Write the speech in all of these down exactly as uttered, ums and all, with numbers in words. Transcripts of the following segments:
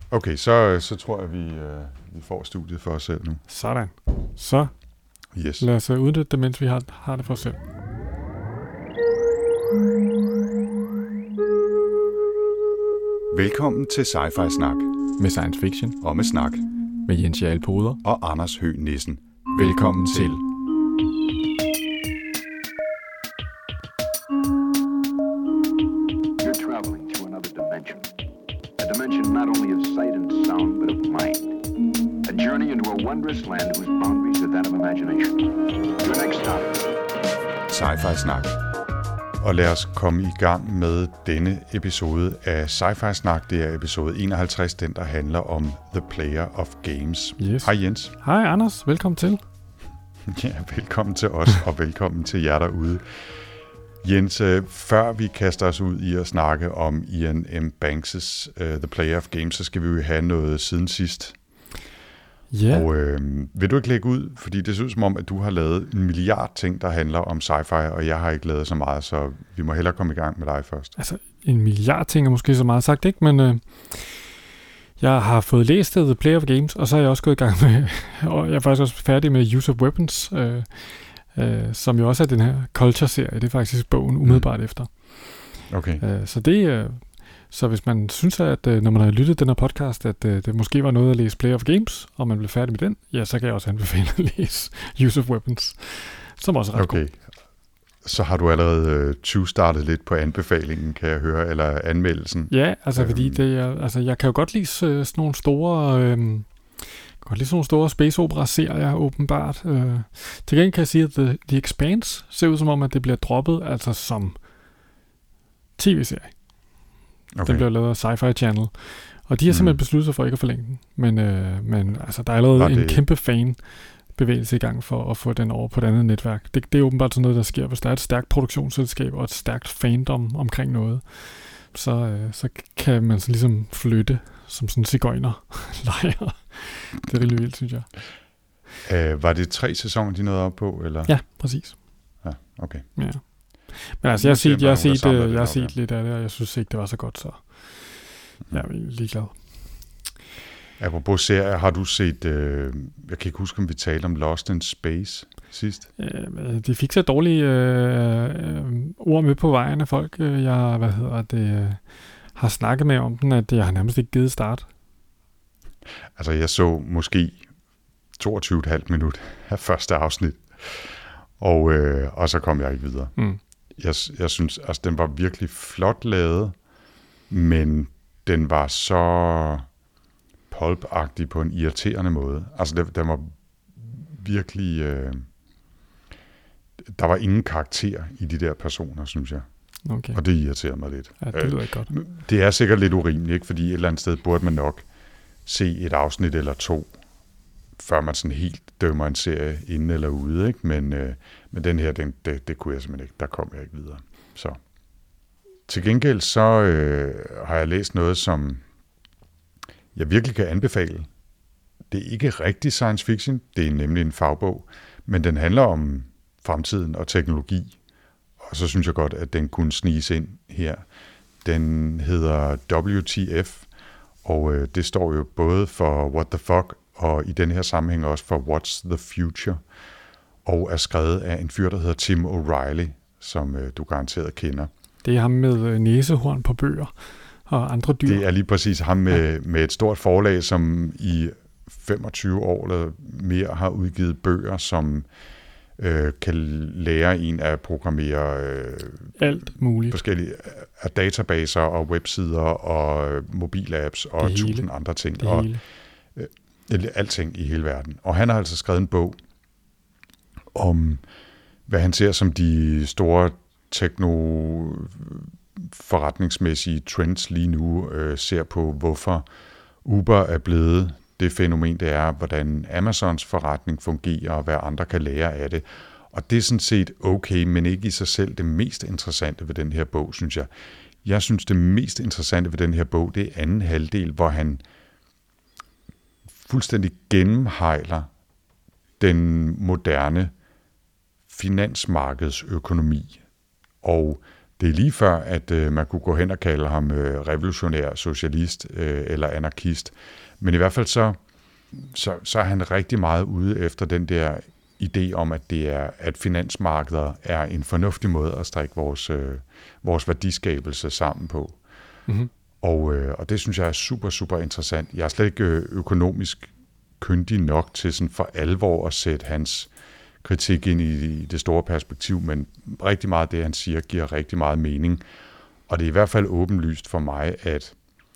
Okay, så, så tror jeg, vi, øh, vi får studiet for os selv nu. Sådan. Så Yes. lad os udnytte det, mens vi har, har det for os selv. Velkommen til Sci-Fi Snak. Med science fiction. Og med snak. Med Jens Jarl Poder. Og Anders Høgh Nissen. Velkommen til. You're traveling to another dimension. A dimension not only of sight and sound, but of mind. A journey into a wondrous land whose boundaries are that of imagination. Your next stop. Sci-Fi Snak. Og lad os komme i gang med denne episode af Sci-Fi Snak. Det er episode enoghalvtreds, den der handler om The Player of Games. Yes. Hej Jens. Hej Anders, velkommen til. Ja, velkommen til os, og velkommen til jer derude. Jens, før vi kaster os ud i at snakke om Ian M. Banks' uh, The Player of Games, så skal vi jo have noget siden sidst. Ja. Og øh, vil du ikke lægge ud? Fordi det synes som om, at du har lavet en milliard ting, der handler om sci-fi, og jeg har ikke lavet så meget, så vi må hellere komme i gang med dig først. Altså, en milliard ting er måske så meget sagt, ikke? Men øh, jeg har fået læst The Player of Games, og så er jeg også gået i gang med, og jeg er faktisk også færdig med Use of Weapons, øh, øh, som jo også er den her Culture-serie. Det er faktisk bogen umiddelbart mm. efter. Okay. Øh, så det øh, så hvis man synes, at øh, når man har lyttet den her podcast, at øh, det måske var noget at læse Player of Games, og man bliver færdig med den, ja, så kan jeg også anbefale at læse Use of Weapons, som også er ret okay. god. Så har du allerede øh, tyve-startet lidt på anbefalingen, kan jeg høre, eller anmeldelsen? Ja, altså øhm. fordi det er, altså jeg kan jo godt lide sådan nogle store, øh, godt lide sådan nogle store space opera serier åbenbart. Øh, til gengæld kan jeg sige, at The, The Expanse ser ud som om, at det bliver droppet altså som tv-serie. Okay. Den bliver lavet af Sci-Fi Channel. Og de har simpelthen mm. besluttet sig for ikke at forlænge den. Men, øh, men altså, der er allerede det... en kæmpe fan-bevægelse i gang for at få den over på et andet netværk. Det, det er åbenbart sådan noget, der sker, hvis der er et stærkt produktionsselskab og et stærkt fandom omkring noget. Så, øh, så kan man så ligesom flytte som sådan en sigøjner-lejr. Det er rigtig vildt, synes jeg. Æh, var det tre sæsoner, de nåede op på? Eller? Ja, præcis. Ja, okay. Ja. Men altså, jeg har set, jeg har set, jeg, jeg har set lidt af det, og jeg synes ikke, det var så godt, så jeg er ligeglad. Apropos serier, har du set, øh, jeg kan ikke huske, om vi talte om Lost in Space sidst? Øh, de fik så dårlige øh, ord med på vejen af folk, jeg hvad hedder det, har snakket med om den, at jeg har nærmest ikke givet start. Altså, jeg så måske toogtyve komma fem minut af første afsnit, og, øh, og så kom jeg ikke videre. Mm. Jeg, jeg synes, altså den var virkelig flot lavet, men den var så pulp-agtig på en irriterende måde. Altså den, den var virkelig, øh, der var ingen karakter i de der personer, synes jeg. Okay. Og det irriterer mig lidt. Ja, det lyder ikke godt. Det er sikkert lidt urimeligt, ikke? Fordi et eller andet sted burde man nok se et afsnit eller to, før man sådan helt dømmer en serie inde eller ude, ikke? Men, øh, men den her, den, det, det kunne jeg simpelthen ikke. Der kom jeg ikke videre. Så. Til gengæld så øh, har jeg læst noget, som jeg virkelig kan anbefale. Det er ikke rigtig science fiction, det er nemlig en fagbog, men den handler om fremtiden og teknologi, og så synes jeg godt, at den kunne sniges ind her. Den hedder W T F, og øh, det står jo både for What the Fuck, og i den her sammenhæng også for What's the Future, og er skrevet af en fyr, der hedder Tim O'Reilly, som øh, du garanteret kender. Det er ham med øh, næsehorn på bøger og andre dyr. Det er lige præcis ham med, ja. med et stort forlag, som i femogtyve år eller mere har udgivet bøger, som øh, kan lære en at programmere øh, alt muligt. Forskellige øh, databaser og websider og mobilapps og tusind andre ting. Det og hele. Øh, alting i hele verden. Og han har altså skrevet en bog om, hvad han ser som de store tekno-forretningsmæssige trends lige nu, øh, ser på, hvorfor Uber er blevet det fænomen, det er, hvordan Amazons forretning fungerer, og hvad andre kan lære af det. Og det er sådan set okay, men ikke i sig selv det mest interessante ved den her bog, synes jeg. Jeg synes, det mest interessante ved den her bog, det er anden halvdel, hvor han fuldstændig gennemhejler den moderne finansmarkedsøkonomi og det er lige før, at øh, man kunne gå hen og kalde ham øh, revolutionær socialist øh, eller anarkist. Men i hvert fald så, så, så er han rigtig meget ude efter den der idé om, at det er, at finansmarkeder er en fornuftig måde at strikke vores, øh, vores værdiskabelse sammen på. Mm-hmm. Og, øh, og det synes jeg er super, super interessant. Jeg er slet ikke økonomisk kyndig nok til sådan for alvor at sætte hans kritik ind i, i det store perspektiv, men rigtig meget af det, han siger, giver rigtig meget mening. Og det er i hvert fald åbenlyst for mig, at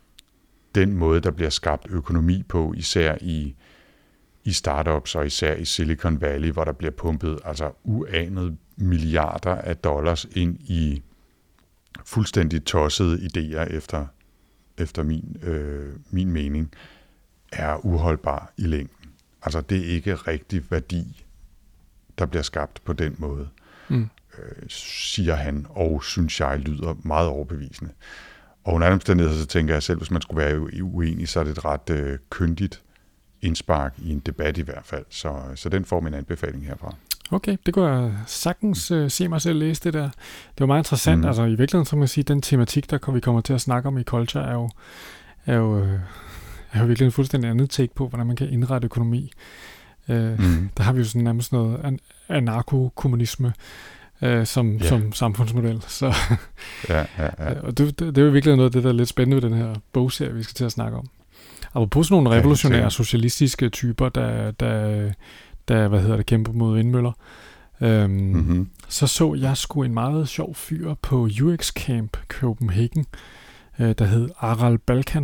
den måde, der bliver skabt økonomi på, især i, i startups og især i Silicon Valley, hvor der bliver pumpet altså uanede milliarder af dollars ind i fuldstændig tossede idéer efter, efter min, øh, min mening, er uholdbar i længden. Altså det er ikke rigtig værdi, der bliver skabt på den måde, mm. øh, siger han, og synes jeg lyder meget overbevisende. Og under andre omstændigheder, så tænker jeg selv, hvis man skulle være uenig, så er det et ret øh, kyndigt indspark i en debat i hvert fald. Så, så den får min anbefaling herfra. Okay, det kunne jeg sagtens øh, se mig selv læse det der. Det var meget interessant. Mm. Altså i virkeligheden, så må jeg sige, den tematik, der vi kommer til at snakke om i Culture, er jo, er jo, øh, er jo virkelig en fuldstændig andet take på, hvordan man kan indrette økonomi. Øh, mm. Der har vi jo sådan nærmest noget an- anarko-kommunisme øh, som, yeah. som samfundsmodel. Så, ja, ja, ja. Og det, det, det er jo virkelig noget af det, der er lidt spændende ved den her bogserie, vi skal til at snakke om. Og på sådan nogle revolutionære, ja, socialistiske typer, der, der, der hvad hedder det, kæmper mod vindmøller, øhm, mm-hmm. så så jeg sgu en meget sjov fyr på U X Camp Copenhagen, øh, der hed Aral Balkan.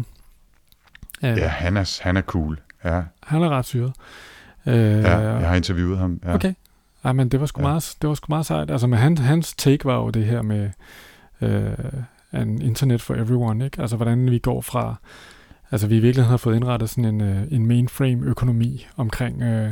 Øh, ja, han er, han er cool. Ja. Han er ret syret. Øh, ja, jeg har interviewet ham. Ja. Okay. Ej, men det var sgu, ja. meget, det var sgu meget sejt. Altså, men han, hans take var jo det her med øh, en internet for everyone, ikke? Altså, hvordan vi går fra... Altså, vi i virkeligheden har fået indrettet sådan en, øh, en mainframe-økonomi omkring øh,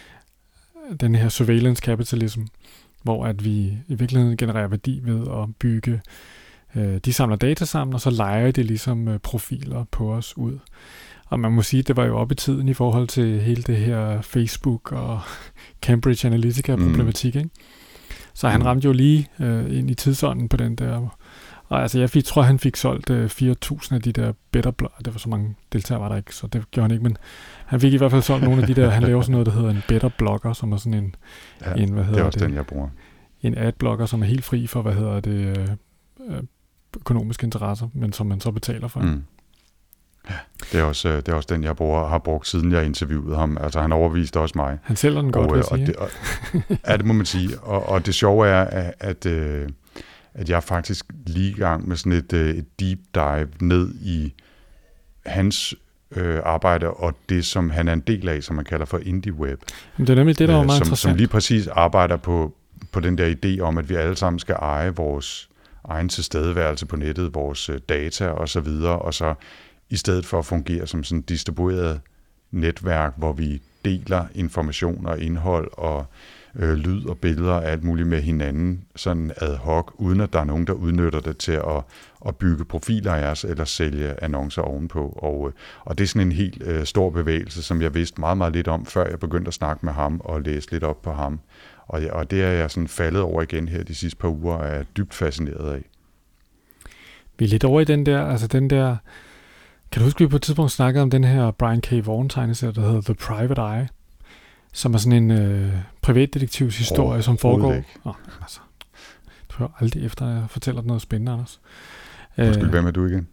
den her surveillance capitalism, hvor at vi i virkeligheden genererer værdi ved at bygge... Øh, de samler data sammen, og så leger de ligesom øh, profiler på os ud. Og man må sige, at det var jo op i tiden i forhold til hele det her Facebook og Cambridge Analytica-problematik, mm. ikke? Så han ramte jo lige øh, ind i tidsånden på den der. Og altså, jeg fik, tror, han fik solgt øh, fire tusind af de der better blogger. Det var så mange deltagere, var der ikke, så det gjorde han ikke. Men han fik i hvert fald solgt nogle af de der, han laver sådan noget, der hedder en better blogger, som er sådan en, ja, en hvad hedder det er også det, den, jeg bruger. En ad-blogger, som er helt fri for, hvad hedder det, øh, økonomiske interesser, men som man så betaler for. Mm. Ja, det er også det er også den jeg bruger, har brugt siden jeg interviewede ham. Altså han overviste også mig. Han sælger den godt, og, vil og sige. Det, og, ja, det må man sige. Og, og det sjove er at, at at jeg er faktisk lige i gang med sådan et, et deep dive ned i hans øh, arbejde og det som han er en del af, som man kalder for indie web. Men det er nemlig det der er meget som, interessant. Som lige præcis arbejder på på den der idé om at vi alle sammen skal eje vores egen tilstedeværelse på nettet, vores data og så videre, og så i stedet for at fungere som sådan et distribueret netværk, hvor vi deler information og indhold og øh, lyd og billeder og alt muligt med hinanden, sådan ad hoc, uden at der er nogen, der udnytter det til at, at bygge profiler af os eller sælge annoncer ovenpå. Og, øh, og det er sådan en helt øh, stor bevægelse, som jeg vidste meget, meget lidt om, før jeg begyndte at snakke med ham og læse lidt op på ham. Og, og det er jeg sådan faldet over igen her de sidste par uger, og er dybt fascineret af. Vi er lidt over i den der, altså den der, kan du huske, vi på et tidspunkt snakkede om den her Brian K. Vaughan tegneserie, der hedder The Private Eye, som er sådan en øh, privatdetektivs historie, oh, som foregår... Oh, altså, du hører aldrig efter, at jeg fortæller noget spændende, Anders. Undskyld, hvem er du igen?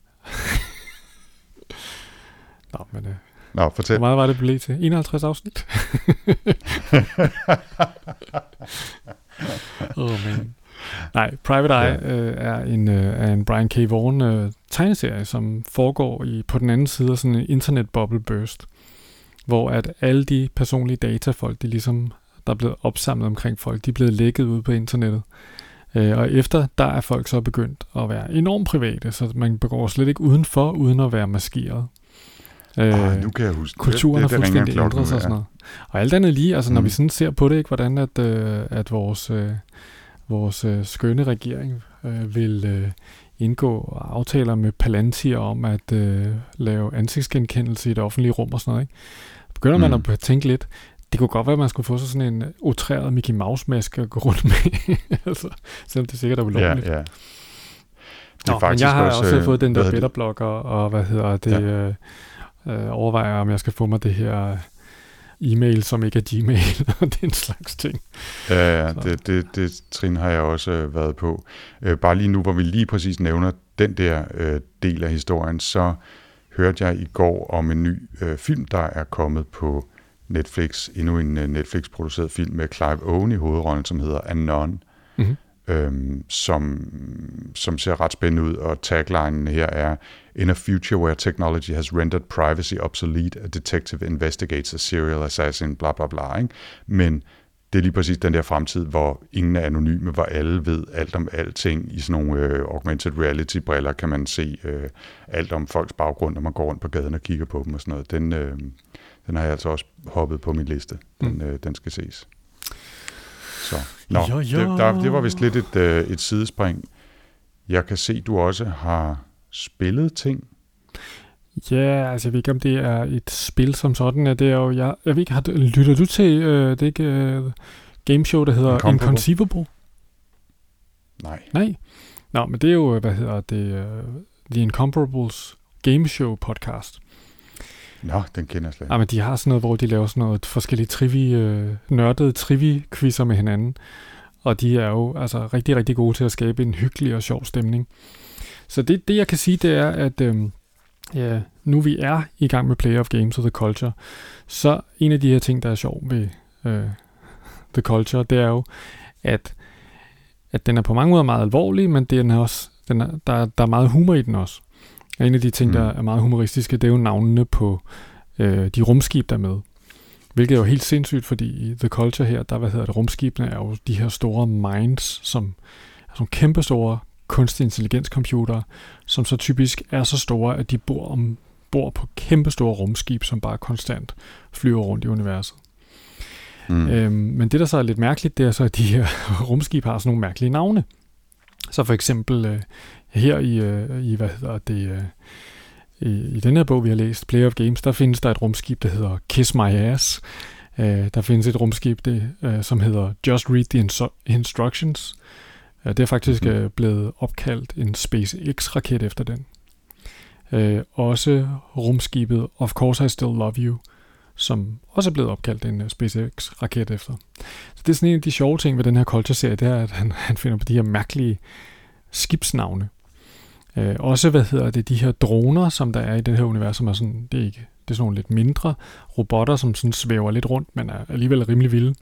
Nå, men... Øh, Nå, fortæl. Hvor meget var det blevet til? enoghalvtreds afsnit? Åh, oh, man. Nej, Private Eye ja. øh, er, en, øh, er en Brian K. Vaughan øh, tegneserie, som foregår i, på den anden side af sådan en internet bubble burst, hvor at alle de personlige data, folk, de ligesom, der er blevet opsamlet omkring folk, de er blevet lækket ud på internettet. Øh, og efter, der er folk så begyndt at være enormt private, så man begår slet ikke udenfor, uden at være maskeret. Øh, nu kan jeg huske. Kulturen det, det, har fuldstændig ændret sig og sådan noget. Og alt andet lige, altså mm. når vi sådan ser på det, ikke, hvordan at, øh, at vores, øh, vores øh, skønne regering øh, vil øh, indgå aftaler med Palantir om at øh, lave ansigtsgenkendelse i det offentlige rum og sådan noget, ikke? Begynder mm. man at tænke lidt, Det kunne godt være, at man skulle få sig sådan en outreret Mickey Mouse-maske at gå rundt med. altså, selvom det sikkert er ulovligt. Ja, ja. Det er Nå, faktisk men jeg har også, også fået den der det? Betterblog, og, og hvad hedder det, ja. øh, øh, overvejer, om jeg skal få mig det her e-mail, som ikke er Gmail, og den slags ting. Ja, ja det, det, det trin har jeg også øh, været på. Øh, bare lige nu, hvor vi lige præcis nævner den der øh, del af historien, så hørte jeg i går om en ny øh, film, der er kommet på Netflix. Endnu en øh, Netflix-produceret film med Clive Owen i hovedrollen, som hedder Anon. Mm-hmm. Øhm, som, som ser ret spændende ud, og taglinen her er: In a future where technology has rendered privacy obsolete, a detective investigates a serial assassin, bla bla bla. Ikke? Men det er lige præcis den der fremtid, hvor ingen er anonyme, hvor alle ved alt om alting. I sådan nogle øh, augmented reality-briller kan man se øh, alt om folks baggrund, når man går rundt på gaden og kigger på dem og sådan noget. Den, øh, den har jeg altså også hoppet på min liste. Den, øh, den skal ses. Så. Nå, jo, jo. Det, der, det var vist lidt et, øh, et sidespring. Jeg kan se, du også har spillet ting. Ja, altså jeg ved ikke, om det er et spil som sådan. Det er jo, jeg, jeg ved ikke, har, lytter du til øh, det er ikke øh, gameshow, der hedder Inconceivable? Inconceivable? Nej. Nej? Nå, men det er jo, hvad hedder det, uh, The Incomparables Gameshow podcast. Nå, den kender jeg slet ikke. Ja, men de har sådan noget, hvor de laver sådan noget forskellige trivi, øh, nørdede trivi-quizzer med hinanden. Og de er jo altså rigtig, rigtig gode til at skabe en hyggelig og sjov stemning. Så det, det jeg kan sige, det er, at øh, ja, nu vi er i gang med Play of Games og The Culture, så en af de her ting, der er sjov ved øh, The Culture, det er jo, at, at den er på mange måder meget alvorlig, men den er også, den er, der, der er meget humor i den også. Og en af de ting, mm. der er meget humoristiske, det er jo navnene på øh, de rumskib, der er med. Hvilket er jo helt sindssygt, fordi i The Culture her, der hvad hedder det, rumskibene er jo de her store minds, som er sådan kæmpe store kunstig intelligenscomputere, som så typisk er så store, at de bor, om, bor på kæmpe store rumskib, som bare konstant flyver rundt i universet. Mm. Øhm, men det, der så er lidt mærkeligt, det er så, at de her rumskib har sådan nogle mærkelige navne. Så for eksempel øh, her i, øh, i, hvad hedder det, øh, i, i den her bog, vi har læst, Play of Games, der findes der et rumskib, der hedder Kiss My Ass. Øh, der findes et rumskib, det, øh, som hedder Just Read the inso- Instructions. Øh, det er faktisk øh, blevet opkaldt en SpaceX-raket efter den. Øh, også rumskibet Of Course I Still Love You, som også er blevet opkaldt en uh, SpaceX-raket efter. Så det er sådan en af de sjove ting ved den her Culture-serie, det er, at han, han finder på de her mærkelige skibsnavne. Øh, også, hvad hedder det, de her droner, som der er i det her univers, som er sådan, det er ikke, det er sådan nogle lidt mindre robotter, som sådan svæver lidt rundt, men er alligevel rimelig vilde.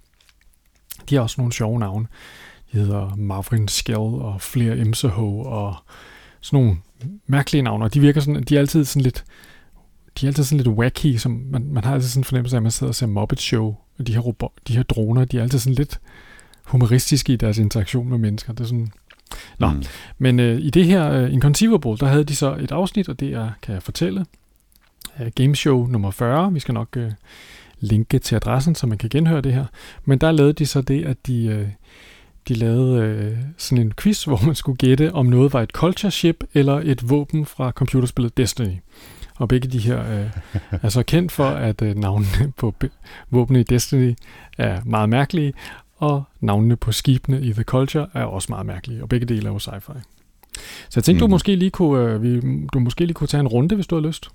De har også nogle sjove navne. De hedder Marvin Skell og Flair Imseho og sådan nogle mærkelige navne, og de virker sådan, de er altid sådan lidt de er altid sådan lidt wacky, som man, man har altid sådan en fornemmelse af, at man sidder og ser Muppet Show, og de her, robot, de her droner, de er altid sådan lidt humoristiske i deres interaktion med mennesker. Det er sådan. Nå, mm. men øh, i det her uh, Inconceivable, der havde de så et afsnit, og det er, kan jeg fortælle, uh, Gameshow nummer fyrre. Vi skal nok uh, linke til adressen, så man kan genhøre det her. Men der lavede de så det, at de, uh, de lavede uh, sådan en quiz, hvor man skulle gætte, om noget var et culture chip eller et våben fra computerspillet Destiny. Og begge de her øh, er så kendt for, at øh, navnene på be- våbne i Destiny er meget mærkelige, og navnene på skibene i The Culture er også meget mærkelige, og begge dele er jo sci-fi. Så jeg tænkte, mm. du, måske lige kunne, øh, vi, du måske lige kunne tage en runde, hvis du har lyst.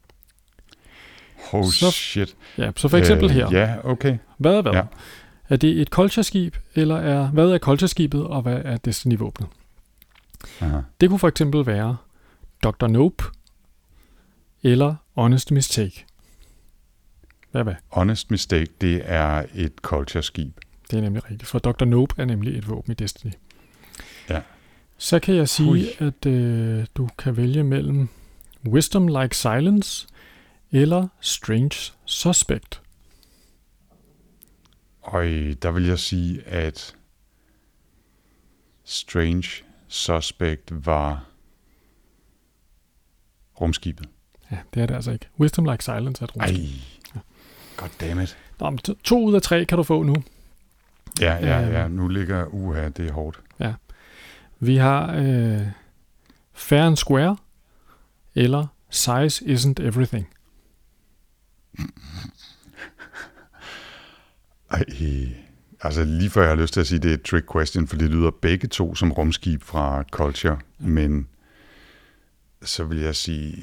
Oh så, shit. Ja, så for eksempel her. Ja, yeah, okay. Hvad er hvad? Ja. Er det et Culture-skib, eller er, hvad er Culture-skibet, og hvad er Destiny-våbnet? Aha. Det kunne for eksempel være doktor Nope, eller Honest Mistake. Hvad hvad? Honest Mistake, det er et culture-skib. Det er nemlig rigtigt, for doktor Nope er nemlig et våben i Destiny. Ja. Så kan jeg sige, Ui. at øh, du kan vælge mellem Wisdom Like Silence eller Strange Suspect. Og der vil jeg sige, at Strange Suspect var rumskibet. Ja, det er det altså ikke. Wisdom Like Silence er et rumskib. Ej, ja. goddammit. Nå, men to, to ud af tre kan du få nu. Ja, ja, ja. Nu ligger uha, det er hårdt. Ja. Vi har øh, Fair and Square eller Size Isn't Everything. Ej, altså lige før jeg har lyst til at sige, det er et trick question, for det lyder begge to som rumskib fra Culture, men så vil jeg sige,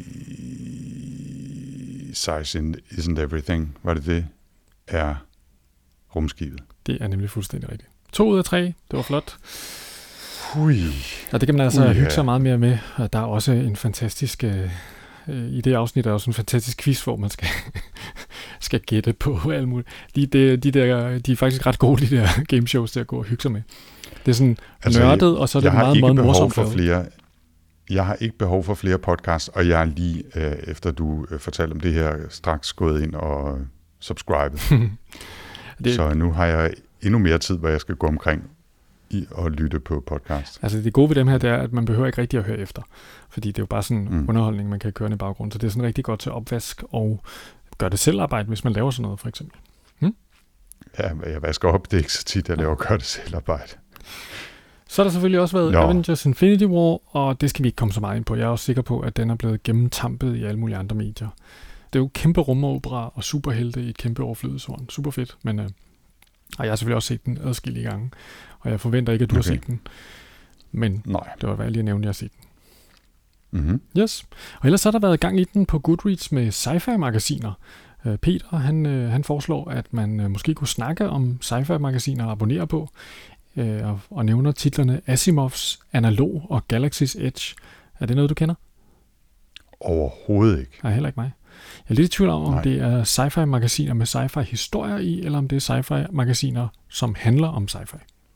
size isn't everything, var det det, er rumskibet. Det er nemlig fuldstændig rigtigt. To ud af tre, det var flot. Ui. Og det kan man altså Ui, hygge ja. sig meget mere med. Og der er også en fantastisk, øh, i det afsnit er der også en fantastisk quiz, hvor man skal, skal gætte på alt muligt. De, de, de, der, de er faktisk ret gode, de der gameshows, der går og hygge sig med. Det er sådan altså, nørdet, og så er det meget, meget morsomt. For flere, jeg har ikke behov for flere podcasts, og jeg er lige, øh, efter du øh, fortalte om det her, straks gået ind og subscribet. det, så nu har jeg endnu mere tid, hvor jeg skal gå omkring i at lytte på podcast. Altså det gode ved dem her, det er, at man behøver ikke rigtig at høre efter. Fordi det er jo bare sådan mm. underholdning, man kan køre i baggrunden. Så det er sådan rigtig godt til opvask og gøre det selv arbejde, hvis man laver sådan noget, for eksempel. Hmm? Ja, jeg vasker op. Det er ikke så tit, jeg laver gør det selv arbejde. Så har der selvfølgelig også været Nå. Avengers Infinity War, og det skal vi ikke komme så meget ind på. Jeg er også sikker på, at den er blevet gennemtampet i alle mulige andre medier. Det er jo kæmpe rumopera og superhelte i et kæmpe overflydelseshorn. Super fedt, men øh, og jeg har selvfølgelig også set den adskillige gange, og jeg forventer ikke, at du okay. har set den. Men Nej. Det var værd lige at nævne, at jeg har set den. Mm-hmm. Yes. Og ellers har der været gang i den på Goodreads med sci-fi-magasiner. Uh, Peter, han, uh, han foreslår, at man uh, måske kunne snakke om sci-fi-magasiner og abonnere på, uh, og, og nævner titlerne Asimovs Analog og Galaxy's Edge. Er det noget, du kender? Overhovedet ikke. Nej, heller ikke mig. Jeg er lidt i tvivl om, om Nej. det er sci-fi-magasiner med sci-fi-historier i, eller om det er sci-fi-magasiner, som handler om sci-fi.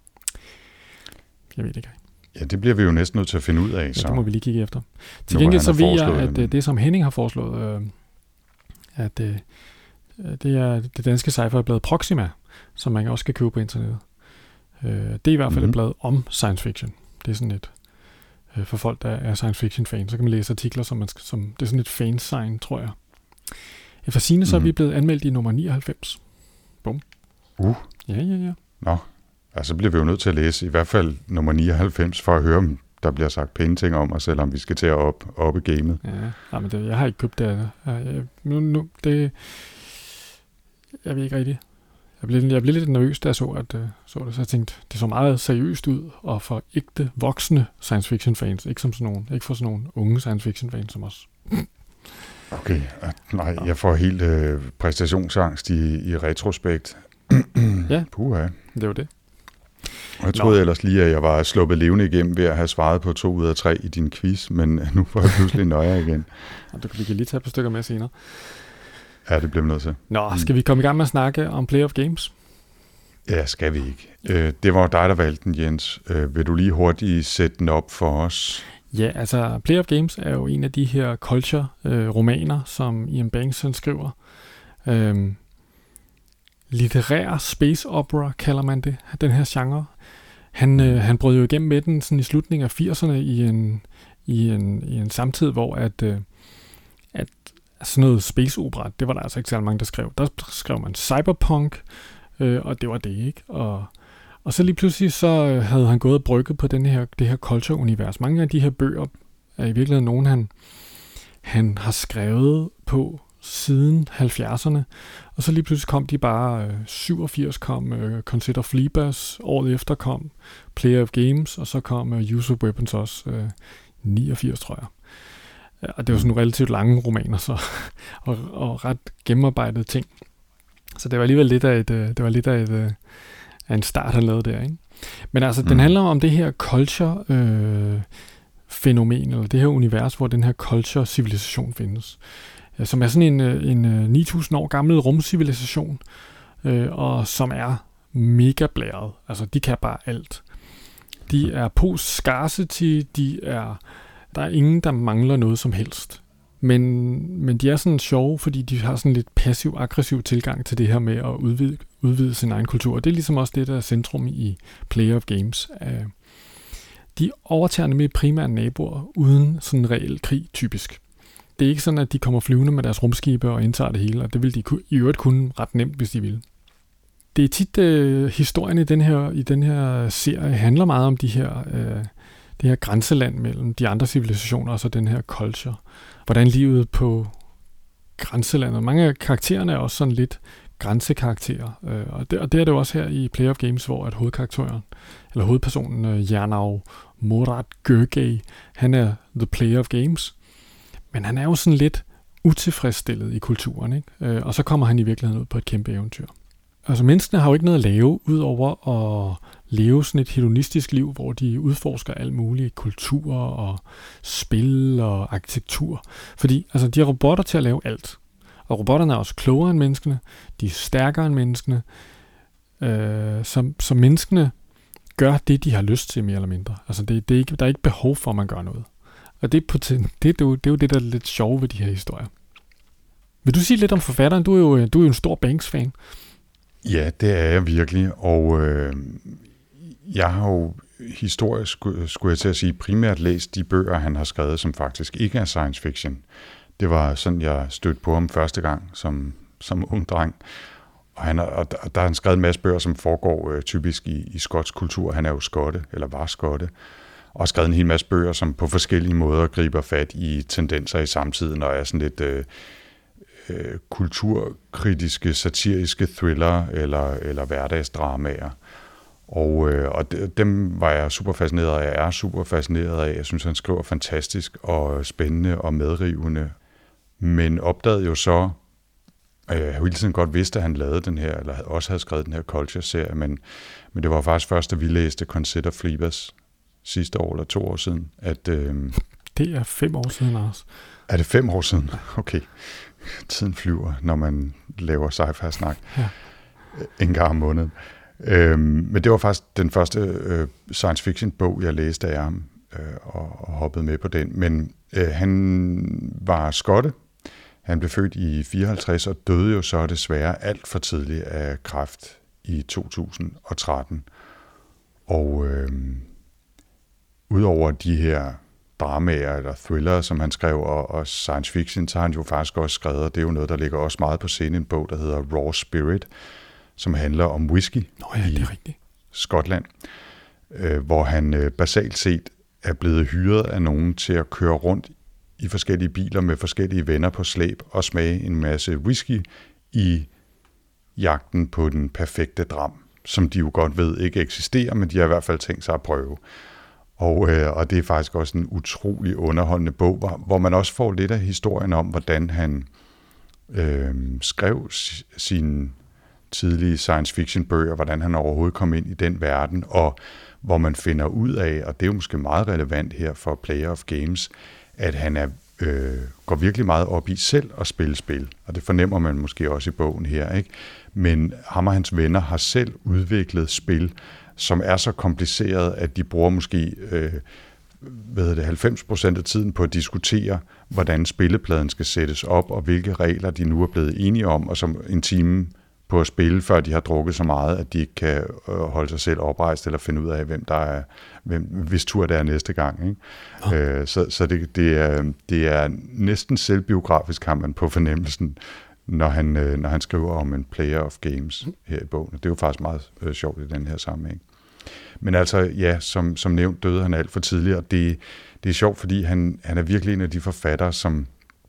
Jeg ved ikke. Ja, det bliver vi jo næsten nødt til at finde ud af. Ja, så. det må vi lige kigge efter. Til Nu, gengæld så han ved har jeg, foreslået at det, øh, det, som Henning har foreslået, øh, at øh, det er det danske sci-fi-blad Proxima, som man også kan købe på internettet. Øh, det er i hvert fald Mhm. et blad om science fiction. Det er sådan et, øh, for folk, der er science fiction fans, så kan man læse artikler, som, man skal, som det er sådan et fansign, tror jeg. Efter sigende, så er vi Mhm. blevet anmeldt i nummer nioghalvfems. Bum. Uh. Ja, ja, ja. Nå, altså så bliver vi jo nødt til at læse i hvert fald nummer nioghalvfems, for at høre, om der bliver sagt pæne ting om os, selvom vi skal til at op, op i gamet. Ja, ja, men det, jeg har ikke købt det. Jeg, nu, nu, det jeg ved ikke rigtigt. Jeg blev, jeg blev lidt nervøs, da jeg så, at, uh, så det, så jeg tænkte, det så meget seriøst ud, og for ægte voksne science fiction fans, ikke som sådan nogle, ikke for sådan nogle unge science fiction fans som os. Okay, nej, jeg får helt øh, præstationsangst i, i retrospekt. Ja. Puha. Det var det. Og jeg troede Nå. ellers lige, at jeg var sluppet levende igennem ved at have svaret på to ud af tre i din quiz, men nu får jeg pludselig nøje igen. Og det kan vi kan lige tage et par stykker med senere. Ja, det bliver vi nødt til. Nå, skal vi komme i gang med at snakke om Play of Games? Ja, skal vi ikke. Øh, det var jo dig, der valgte den, Jens. Øh, vil du lige hurtigt sætte den op for os? Ja, altså Play of Games er jo en af de her culture-romaner, som Ian Banks skriver. Øhm, litterær space opera kalder man det, den her genre. Han, øh, han brød jo igennem med den sådan i slutningen af firserne i en, i en, i en samtid, hvor at, øh, at sådan noget space opera, det var der altså ikke så mange, der skrev. Der skrev man cyberpunk, øh, og det var det, ikke? Og, og så lige pludselig så øh, havde han gået og brygget på den her, det her culture-univers. Mange af de her bøger er i virkeligheden nogen, han, han har skrevet på siden halvfjerdserne, og så lige pludselig kom de bare, øh, syvogfirs kom øh, Consider Phlebas, året efter kom Play of Games, og så kom øh, Use of Weapons også, øh, niogfirs tror jeg. Ja, og det var sådan nogle relativt lange romaner, så, og, og ret gennemarbejdede ting. Så det var alligevel lidt af et, øh, det var lidt af et, øh, af en start, han lavede der, ikke? Men altså, mm. den handler om det her culture øh, fænomen, eller det her univers, hvor den her culture civilisation findes, som er sådan en, en ni tusind år gammel rumcivilisation, øh, og som er mega blæret. Altså, de kan bare alt. De er post-scarcity, de er, der er ingen, der mangler noget som helst. Men, men de er sådan sjove, fordi de har sådan lidt passiv-aggressiv tilgang til det her med at udvide, udvide sin egen kultur. Og det er ligesom også det, der er centrum i Play of Games. De overtager nemlig primært naboer uden sådan en reel krig, typisk. Det er ikke sådan, at de kommer flyvende med deres rumskibe og indtager det hele, og det vil de i øvrigt kunne ret nemt, hvis de vil. Det er tit, øh, historien i den, her, i den her serie handler meget om de her, øh, det her grænseland mellem de andre civilisationer og så den her culture. Hvordan livet på grænselandet. Mange af karaktererne er også sådan lidt grænsekarakterer. Øh, og, det, og det er det jo også her i Player of Games, hvor at hovedkarakteren, eller hovedpersonen øh, Jernau Morad Gögey, han er the player of games, men han er jo sådan lidt utilfredsstillet i kulturen, ikke? Øh, og så kommer han i virkeligheden ud på et kæmpe eventyr. Altså menneskene har jo ikke noget at lave, udover at leve sådan et hedonistisk liv, hvor de udforsker alt muligt kultur og spil og arkitektur. Fordi altså, de har robotter til at lave alt. Og robotterne er også klogere end menneskene, de er stærkere end menneskene, øh, så, så menneskene gør det, de har lyst til, mere eller mindre. Altså det, det er ikke, der er ikke behov for, at man gør noget. Og det er, på, det, det, er jo, det er jo det, der er lidt sjove ved de her historier. Vil du sige lidt om forfatteren? Du er jo, du er jo en stor Banks-fan. Ja, det er jeg virkelig, og øh, jeg har jo historisk, skulle jeg til at sige, primært læst de bøger, han har skrevet, som faktisk ikke er science fiction. Det var sådan, jeg stødte på ham første gang som, som ung dreng. Og, han, og der, der har han skrevet en masse bøger, som foregår øh, typisk i, i skotsk kultur. Han er jo skotte, eller var skotte. Og har skrevet en hel masse bøger, som på forskellige måder griber fat i tendenser i samtiden, og er sådan lidt øh, øh, kulturkritiske, satiriske thriller eller, eller hverdagsdramaer. Og, øh, og dem var jeg super fascineret af. Jeg er super fascineret af. Jeg synes, han skriver fantastisk og spændende og medrivende. Men opdagede jo så, øh, jeg har hele tiden godt vidst, at han lavede den her, eller også havde skrevet den her Culture-serie, men, men det var faktisk først, da vi læste Consider Phlebas sidste år eller to år siden. At, øh, det er fem år siden også. Er det fem år siden? Okay. Tiden flyver, når man laver sci-fi-snak. Ja. En gang om måneden. Øhm, men det var faktisk den første øh, science fiction bog, jeg læste af ham, øh, og, og hoppede med på den. Men øh, han var skotte. Han blev født i fireoghalvtreds og døde jo så desværre alt for tidligt af kræft i to tusind og tretten. Og øh, udover de her dramaer eller thriller, som han skrev, og, og science fiction, så har han jo faktisk også skrevet, og det er jo noget, der ligger også meget på scenen, en bog, der hedder Raw Spirit, som handler om whisky. Nå ja, det er rigtigt. Skotland, øh, hvor han øh, basalt set er blevet hyret af nogen til at køre rundt i forskellige biler med forskellige venner på slæb og smage en masse whisky i jagten på den perfekte dram, som de jo godt ved ikke eksisterer, men de har i hvert fald tænkt sig at prøve. Og, øh, og det er faktisk også en utrolig underholdende bog, hvor, hvor man også får lidt af historien om, hvordan han øh, skrev sine tidlige science fiction bøger, hvordan han overhovedet kom ind i den verden, og hvor man finder ud af, og det er jo måske meget relevant her for Player of Games, at han er, øh, går virkelig meget op i selv at spille spil, og det fornemmer man måske også i bogen her, ikke? Men ham og hans venner har selv udviklet spil, som er så kompliceret, at de bruger måske øh, hvad det, halvfems procent af tiden på at diskutere, hvordan spillepladen skal sættes op, og hvilke regler de nu er blevet enige om, og som en time på at spille, før de har drukket så meget, at de ikke kan øh, holde sig selv oprejst, eller finde ud af, hvem der er, hvem, hvis tur det er næste gang. Ikke? Oh. Øh, så så det, det, er, det er næsten selvbiografisk, har man på fornemmelsen, når han, øh, når han skriver om en Player of Games her i bogen. Det er jo faktisk meget øh, sjovt i den her sammenhæng. Men altså, ja, som, som nævnt, døde han alt for tidligt, og det, det er sjovt, fordi han, han er virkelig en af de forfattere, som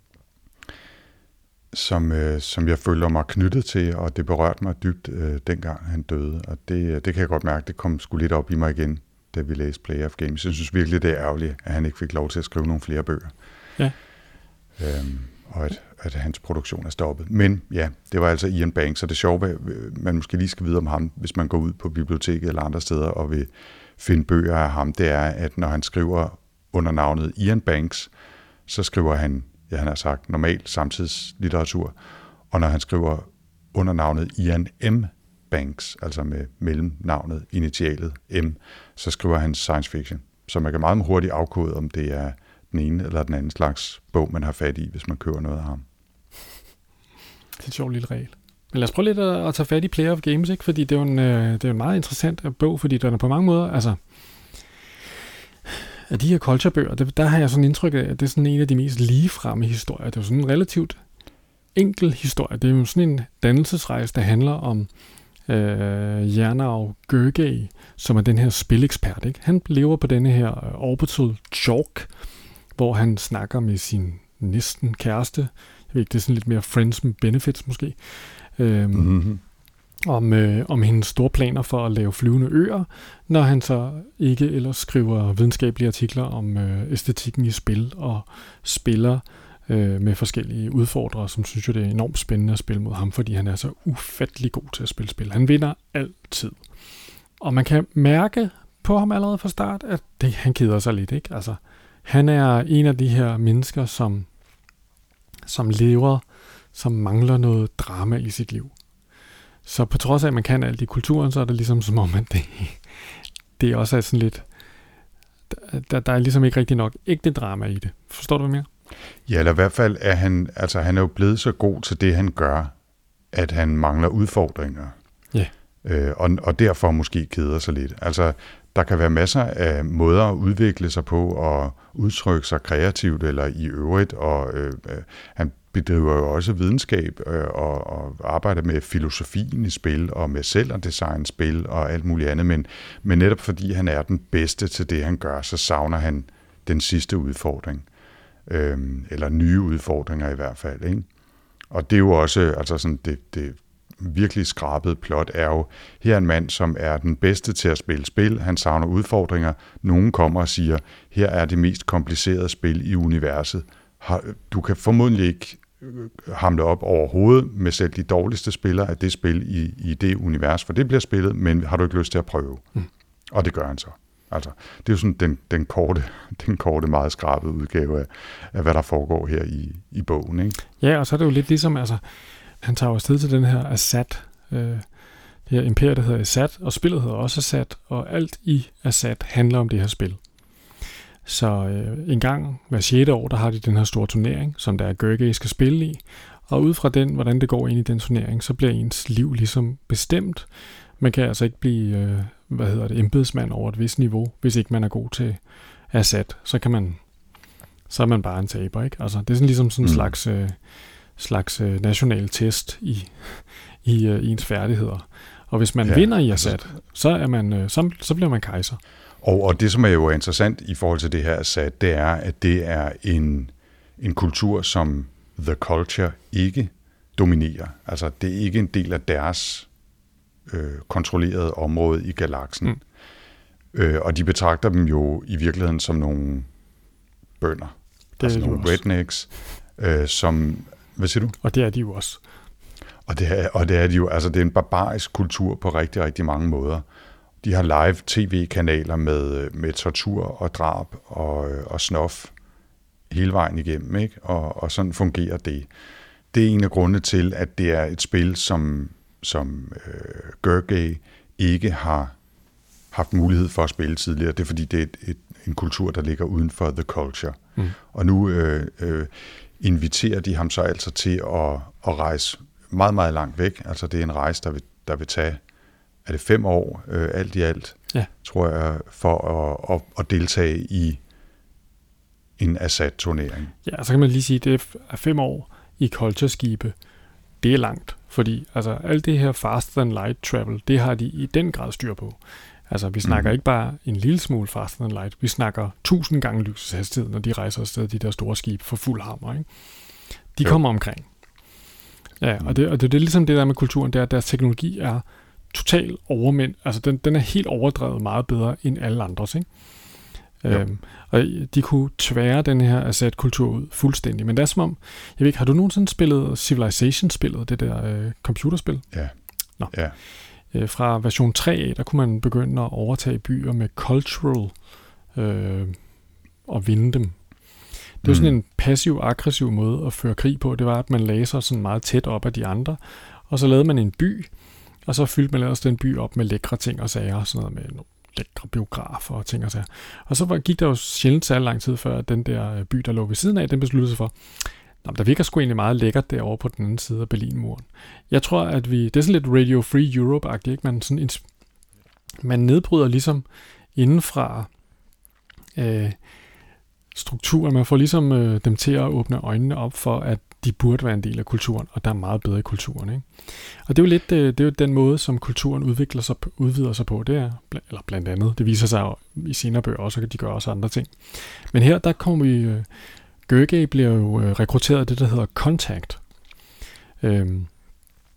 Som, øh, som jeg føler mig knyttet til, og det berørte mig dybt, øh, dengang han døde. Og det, det kan jeg godt mærke, det kom sgu lidt op i mig igen, da vi læste Player of Games. Jeg synes virkelig, det er ærgerligt, at han ikke fik lov til at skrive nogle flere bøger. Ja. Øhm, og at, at hans produktion er stoppet. Men ja, det var altså Ian Banks, og det sjove, man måske lige skal vide om ham, hvis man går ud på biblioteket eller andre steder og vil finde bøger af ham, det er, at når han skriver under navnet Ian Banks, så skriver han, ja, han har sagt normalt samtidslitteratur, og når han skriver under navnet Ian M. Banks, altså med mellemnavnet, initialet M, så skriver han science fiction. Så man kan meget hurtigt afkode, om det er den ene eller den anden slags bog, man har fat i, hvis man køber noget af ham. Det er en sjov lille regel. Men lad os prøve lidt at, at tage fat i Player of Games, ikke? Fordi det er jo en, det er en meget interessant bog, fordi den er på mange måder, altså af de her culture-bøger, der har jeg sådan indtryk af, at det er sådan en af de mest ligefremme historier. Det er jo sådan en relativt enkel historie. Det er jo sådan en dannelsesrejse, der handler om øh, Jernau Gögey, som er den her spilekspert. Ikke? Han lever på denne her uh, orbital chalk, hvor han snakker med sin næsten kæreste. Jeg ved ikke, det er sådan lidt mere friends med benefits måske. øh, mm-hmm. om, øh, om hendes store planer for at lave flyvende øer, når han så ikke ellers skriver videnskabelige artikler om øh, æstetikken i spil og spiller øh, med forskellige udfordrere, som synes jo, det er enormt spændende at spille mod ham, fordi han er så ufattelig god til at spille spil. Han vinder altid. Og man kan mærke på ham allerede fra start, at det, han keder sig lidt, ikke? Altså, han er en af de her mennesker, som, som lever, som mangler noget drama i sit liv. Så på trods af, at man kan alt i kulturen, så er det ligesom som om, at det, det også er sådan lidt, der, der er ligesom ikke rigtig nok ægte drama i det. Forstår du, hvad jeg mener? Ja, eller i hvert fald er han, altså han er jo blevet så god til det, han gør, at han mangler udfordringer. Ja. Øh, og, og derfor måske keder sig lidt. Altså, der kan være masser af måder at udvikle sig på og udtrykke sig kreativt eller i øvrigt, og øh, han bedriver jo også videnskab øh, og, og arbejder med filosofien i spil og med selv at designe spil og alt muligt andet, men, men netop fordi han er den bedste til det, han gør, så savner han den sidste udfordring. Øh, eller nye udfordringer i hvert fald, ikke? Og det er jo også, altså sådan, det, det virkelig skrabet plot er jo, her er en mand, som er den bedste til at spille spil, han savner udfordringer, nogen kommer og siger, her er det mest komplicerede spil i universet, du kan formodentlig ikke hamle op overhovedet med selv de dårligste spillere af det spil i, i det univers, for det bliver spillet, men har du ikke lyst til at prøve? Mm. Og det gør han så. Altså, det er jo sådan den, den, korte, den korte, meget skrabede udgave af, af, hvad der foregår her i, i bogen, ikke? Ja, og så er det jo lidt ligesom, altså, han tager jo afsted til den her Assad, øh, det her imperium, der hedder Assad, og spillet hedder også Assad, og alt i Assad handler om det her spil. Så øh, en gang hver sjette år, der har de den her store turnering, som der er Gurgay skal spille i, og ud fra den, hvordan det går ind i den turnering, så bliver ens liv ligesom bestemt. Man kan altså ikke blive, øh, hvad hedder det, embedsmand over et vist niveau, hvis ikke man er god til Assad, så kan man, så er man bare en taber, ikke? Altså, det er sådan ligesom sådan en mm. slags, øh, slags øh, national test i, i øh, ens færdigheder. Og hvis man ja, vinder i Assad, altså, så, er man, øh, så, så bliver man kejser. Og, og det, som er jo interessant i forhold til det her Assad, det er, at det er en, en kultur, som The Culture ikke dominerer. Altså, det er ikke en del af deres øh, kontrollerede område i galaksen. Mm. Øh, og de betragter dem jo i virkeligheden som nogle bønder. Det altså nogle også. rednecks, øh, som... Hvad siger du? Og det er de jo også. Og det er, og det er de jo. Altså, det er en barbarisk kultur på rigtig, rigtig mange måder. De har live tv-kanaler med, med tortur og drab og, og snof hele vejen igennem, ikke? Og, og sådan fungerer det. Det er en af grundene til, at det er et spil, som, som øh, Gurgay ikke har haft mulighed for at spille tidligere. Det er fordi, det er et, et, en kultur, der ligger uden for The Culture. Mm. Og nu øh, øh, inviterer de ham så altså til at, at rejse meget, meget langt væk. Altså det er en rejse, der vil, der vil tage er det fem år, øh, alt i alt, ja. tror jeg, for at, at, at deltage i en Assad-turnering. Ja, så kan man lige sige, at det er fem år i Culture-skibe. Det er langt, fordi altså, alt det her faster than light travel, det har de i den grad styr på. Altså, vi snakker mm. ikke bare en lille smule faster than light, vi snakker tusind gange lyseshastighed, når de rejser afsted, de der store skibe for fuld hammer, ikke? De jo. kommer omkring. Ja, mm. og, det, og det, det er ligesom det der med kulturen, det er, at deres teknologi er total overmænd. Altså, den, den er helt overdrevet meget bedre end alle andres, ikke? Øhm, og de kunne tvære den her Assad-kultur ud fuldstændig. Men det er som om, jeg ved ikke, har du nogensinde spillet Civilization-spillet, det der øh, computerspil? Ja. Nå. ja. Øh, fra version tre af, der kunne man begynde at overtage byer med cultural øh, og vinde dem. Det var sådan en passiv-aggressiv måde at føre krig på. Det var, at man lagde sig sådan meget tæt op af de andre, og så lavede man en by, og så fyldte man ellers den by op med lækre ting og sager, sådan noget med nogle lækre biografer og ting og sager. Og så gik der jo sjældent så lang tid før, at den der by, der lå ved siden af, den besluttede sig for, Nå, der virker sgu egentlig meget lækkert derovre på den anden side af Berlinmuren. Jeg tror, at vi, det er sådan lidt Radio Free Europe-agtigt, ikke? Man, sådan, man nedbryder ligesom indenfra øh, strukturen. Man får ligesom øh, dem til at åbne øjnene op for, at de burde være en del af kulturen, og der er meget bedre i kulturen, ikke? Og det er jo lidt øh, det er jo den måde, som kulturen udvikler sig, udvider sig på. Det er, eller blandt andet, det viser sig jo i senere bøger også, at de gør også andre ting. Men her, der kommer vi... Øh, Gurgay bliver jo øh, rekrutteret af det, der hedder Contact. Øhm,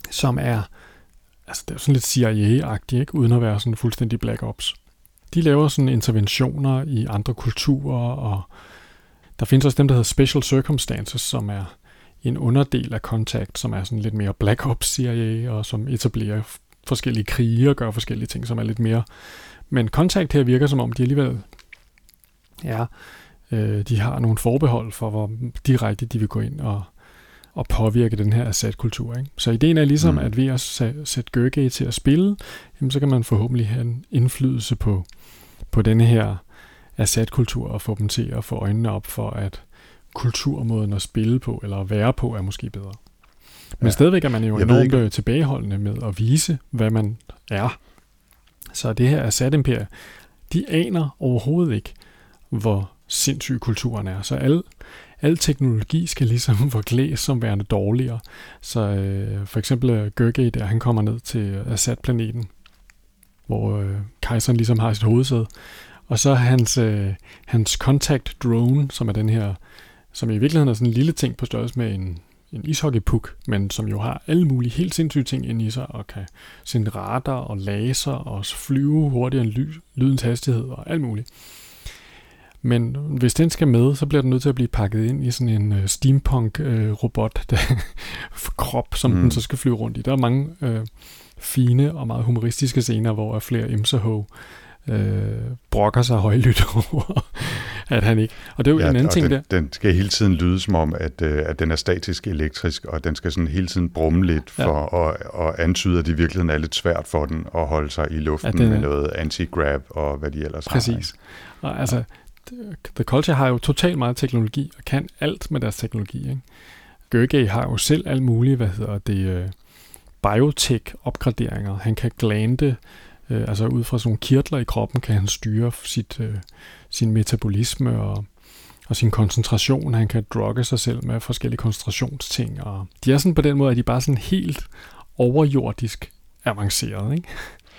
som er, altså det er sådan lidt C I A-agtigt, ikke? Uden at være sådan fuldstændig Black Ops. De laver sådan interventioner i andre kulturer, og der findes også dem, der hedder Special Circumstances, som er en underdel af Contact, som er sådan lidt mere Black Ops C I A, og som etablerer forskellige krige og gør forskellige ting, som er lidt mere. Men Contact her virker som om, de alligevel ja, øh, de har nogle forbehold for, hvor direkte de vil gå ind og, og påvirke den her Assad-kultur. Ikke? Så ideen er ligesom, mm. at ved at sætte Gergely til at spille, jamen, så kan man forhåbentlig have en indflydelse på, på denne her Assad-kultur og få dem til at få øjnene op for, at kulturmåden at spille på, eller at være på, er måske bedre. Men ja. Stadigvæk er man jo enormt tilbageholdende med at vise, hvad man er. Så det her Assad-imperium, de aner overhovedet ikke, hvor sindssyg kulturen er. Så al, al teknologi skal ligesom forklædes som værende dårligere. Så øh, for eksempel Gergely, der han kommer ned til Assad-planeten, hvor øh, kejseren ligesom har sit hovedsæde. Og så hans, øh, hans contact drone, som er den her, som i virkeligheden er sådan en lille ting på størrelse med en, en ishockeypuk, men som jo har alle mulige helt sindssyge ting inde i sig, og kan sende radar og laser og flyve hurtigere end ly, lydens hastighed og alt muligt. Men hvis den skal med, så bliver den nødt til at blive pakket ind i sådan en uh, steampunk-robot uh, krop, som mm. den så skal flyve rundt i. Der er mange uh, fine og meget humoristiske scener, hvor flere Imsahov øh, brokker sig højlydt over, at han ikke... Og det er jo ja, en anden ting den, der. Den skal hele tiden lyde som om, at, øh, at den er statisk elektrisk, og den skal sådan hele tiden brumme lidt for ja. at, at antyde, at det i virkeligheden er lidt svært for den at holde sig i luften den, med noget anti-grab og hvad de ellers præcis. har. Præcis. Og altså, The Culture har jo totalt meget teknologi, og kan alt med deres teknologi, ikke? Gergely har jo selv alt muligt, hvad hedder det, uh, biotech-opgraderinger. Han kan glande, uh, altså ud fra sådan nogle kirtler i kroppen, kan han styre sit, uh, sin metabolisme og, og sin koncentration. Han kan drugge sig selv med forskellige koncentrationsting. Og de er sådan på den måde, at de er bare sådan helt overjordisk avanceret, ikke?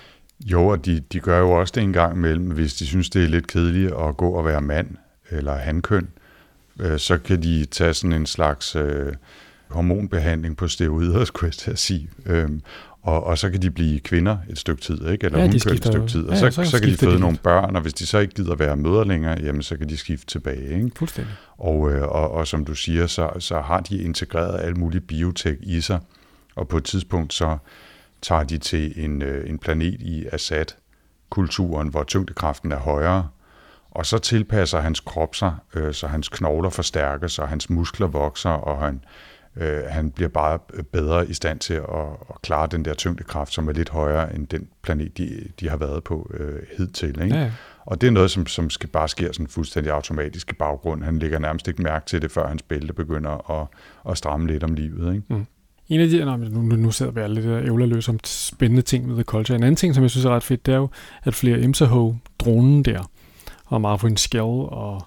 Jo, og de, de gør jo også det en gang imellem, hvis de synes, det er lidt kedeligt at gå og være mand eller hankøn, øh, så kan de tage sådan en slags øh, hormonbehandling på steroider, skulle jeg til at sige. Øhm, og, og så kan de blive kvinder et stykke tid, ikke? Eller ja, hunkøn et stykke tid. Og ja, så, så, så kan de føde de nogle børn, og hvis de så ikke gider være mødre længere, jamen så kan de skifte tilbage. Ikke? Fuldstændig. Og, øh, og, og som du siger, så, så har de integreret alt muligt biotek i sig, og på et tidspunkt så tager de til en, en planet i Assad-kulturen, hvor tyngdekraften er højere, og så tilpasser hans krop sig, øh, så hans knogler forstærkes, og hans muskler vokser, og han, øh, han bliver bare bedre i stand til at, at klare den der tyngdekraft, som er lidt højere end den planet, de, de har været på øh, hidtil. Ikke? Ja. Og det er noget, som, som skal bare sker sådan fuldstændig automatisk i baggrund. Han lægger nærmest ikke mærke til det, før hans bælte begynder at, at stramme lidt om livet. Ikke? Mm. En af de, nej, nu, nu sidder vi lidt ævlerløs om spændende ting med The Culture. En anden ting, som jeg synes er ret fedt, det er jo, at flere Imsahov-dronen der, og Marvin Skell og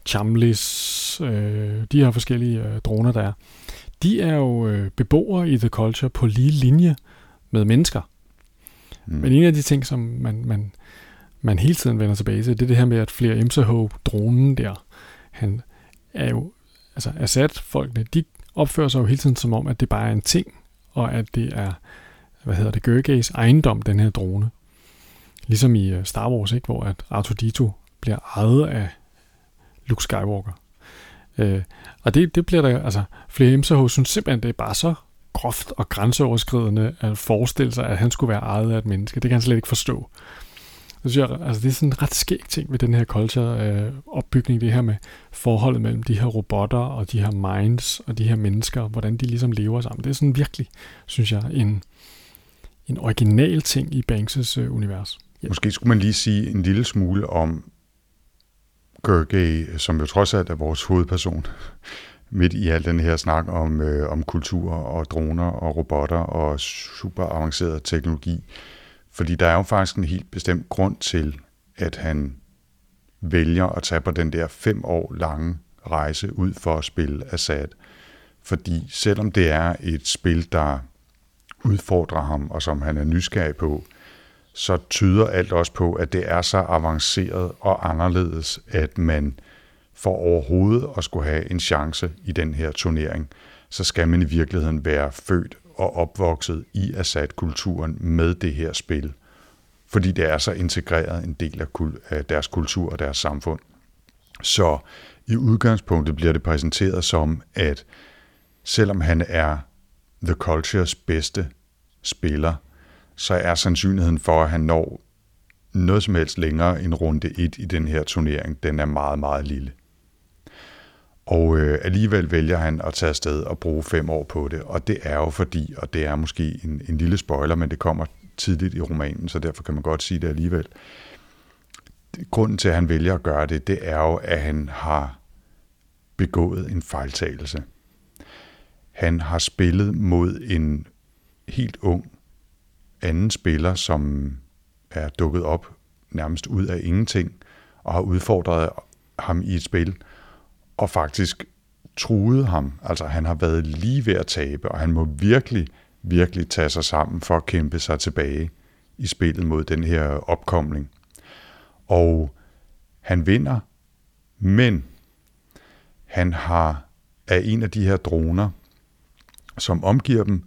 Chambliss, øh, de her forskellige øh, droner, der er, de er jo øh, beboere i The Culture på lige linje med mennesker. Mm. Men en af de ting, som man, man, man hele tiden vender tilbage til, det er det her med, at flere Imsahov-dronen der, han er jo, altså Assad-folkene, de opfører sig jo hele tiden som om, at det bare er en ting, og at det er, hvad hedder det, Gergelys ejendom, den her drone. Ligesom i Star Wars, ikke, hvor at R to D to bliver ejet af Luke Skywalker. Øh, og det, det bliver der, altså, flere Imsahov synes simpelthen, det er bare så groft og grænseoverskridende at forestille sig, at han skulle være ejet af et menneske. Det kan han slet ikke forstå. Så synes jeg, altså, det er sådan en ret skæg ting ved den her culture-opbygning, øh, det her med forholdet mellem de her robotter og de her minds og de her mennesker, hvordan de ligesom lever sammen. Det er sådan virkelig, synes jeg, en, en original ting i Banks' øh, univers. Ja. Måske skulle man lige sige en lille smule om Gergely, som jo trods alt er vores hovedperson, midt i al den her snak om, øh, om kultur og droner og robotter og super avanceret teknologi. Fordi der er jo faktisk en helt bestemt grund til, at han vælger at tage på den der fem år lange rejse ud for at spille Assad. Fordi selvom det er et spil, der udfordrer ham, og som han er nysgerrig på, så tyder alt også på, at det er så avanceret og anderledes, at man for overhovedet at skulle have en chance i den her turnering, så skal man i virkeligheden være født og opvokset i Assad-kulturen med det her spil, fordi det er så integreret en del af, kul- af deres kultur og deres samfund. Så i udgangspunktet bliver det præsenteret som, at selvom han er The Cultures bedste spiller, så er sandsynligheden for, at han når noget som helst længere end runde et i den her turnering, den er meget, meget lille. Og øh, alligevel vælger han at tage afsted og bruge fem år på det, og det er jo fordi, og det er måske en, en lille spoiler, men det kommer tidligt i romanen, så derfor kan man godt sige det alligevel. Grunden til, at han vælger at gøre det, det er jo, at han har begået en fejltagelse. Han har spillet mod en helt ung anden spiller, som er dukket op nærmest ud af ingenting, og har udfordret ham i et spil, og faktisk truede ham. Altså han har været lige ved at tabe, og han må virkelig, virkelig tage sig sammen for at kæmpe sig tilbage i spillet mod den her opkomling. Og han vinder, men han har af en af de her droner, som omgiver dem,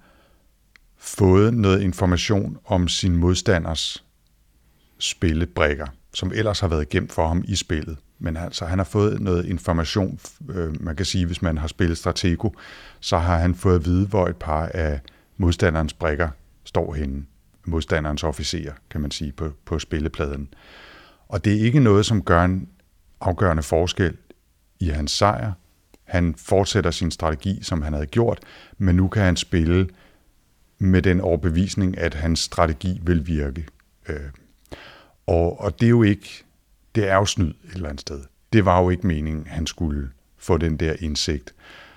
fået noget information om sin modstanders spillebrikker, som ellers har været gemt for ham i spillet. Men altså, han har fået noget information, øh, man kan sige, hvis man har spillet Stratego, så har han fået at vide, hvor et par af modstanderens brikker står henne. Modstanderens officerer, kan man sige, på, på spillepladen. Og det er ikke noget, som gør en afgørende forskel i hans sejr. Han fortsætter sin strategi, som han havde gjort, men nu kan han spille med den overbevisning, at hans strategi vil virke. Øh, og, og det er jo ikke, det er jo snyd et eller andet sted. Det var jo ikke meningen, han skulle få den der indsigt.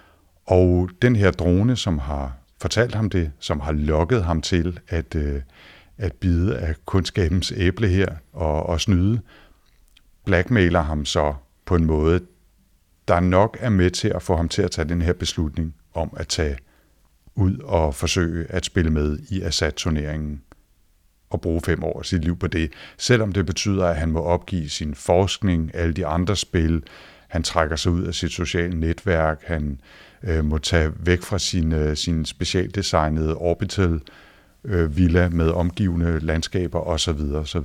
Og den her drone, som har fortalt ham det, som har lokket ham til at, øh, at bide af kundskabens æble her og, og snyde, blackmailer ham så på en måde, der nok er med til at få ham til at tage den her beslutning om at tage ud og forsøge at spille med i Assad-turneringen og bruge fem år af sit liv på det, selvom det betyder, at han må opgive sin forskning, alle de andre spil, han trækker sig ud af sit sociale netværk, han øh, må tage væk fra sin, øh, sin specialdesignede orbital øh, villa med omgivende landskaber osv. osv.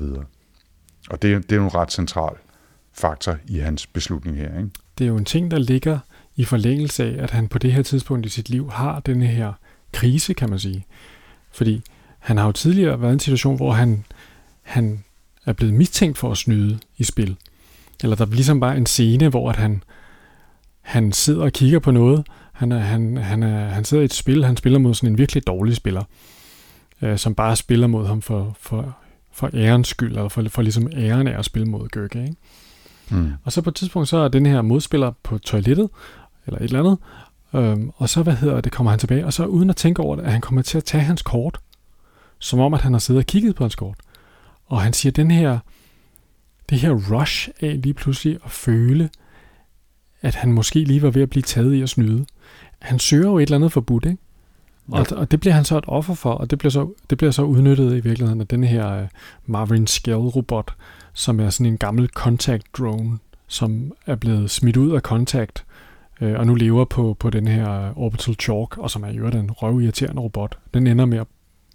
Og det, det er jo en ret central faktor i hans beslutning her, ikke? Det er jo en ting, der ligger i forlængelse af, at han på det her tidspunkt i sit liv har denne her krise, kan man sige. Fordi han har jo tidligere været i en situation, hvor han, han er blevet mistænkt for at snyde i spil. Eller der er ligesom bare en scene, hvor at han, han sidder og kigger på noget. Han, er, han, han, er, han sidder i et spil, han spiller mod sådan en virkelig dårlig spiller, øh, som bare spiller mod ham for, for, for ærens skyld, eller for, for ligesom æren af at spille mod Gurke, ikke? Mm. Og så på et tidspunkt, så er den her modspiller på toilettet, eller et eller andet, øhm, og så, hvad hedder det, kommer han tilbage, og så uden at tænke over det, at han kommer til at tage hans kort, som om, at han har siddet og kigget på hans kort. Og han siger, den her, det her rush af lige pludselig at føle, at han måske lige var ved at blive taget i at snyde. Han søger jo et eller andet forbudt, ikke? Og, og det bliver han så et offer for, og det bliver så, det bliver så udnyttet i virkeligheden af den her uh, Marvin Skell-robot, som er sådan en gammel contact drone, som er blevet smidt ud af Contact, øh, og nu lever på, på den her Orbital Chalk, og som er jo en røvirriterende robot. Den ender med at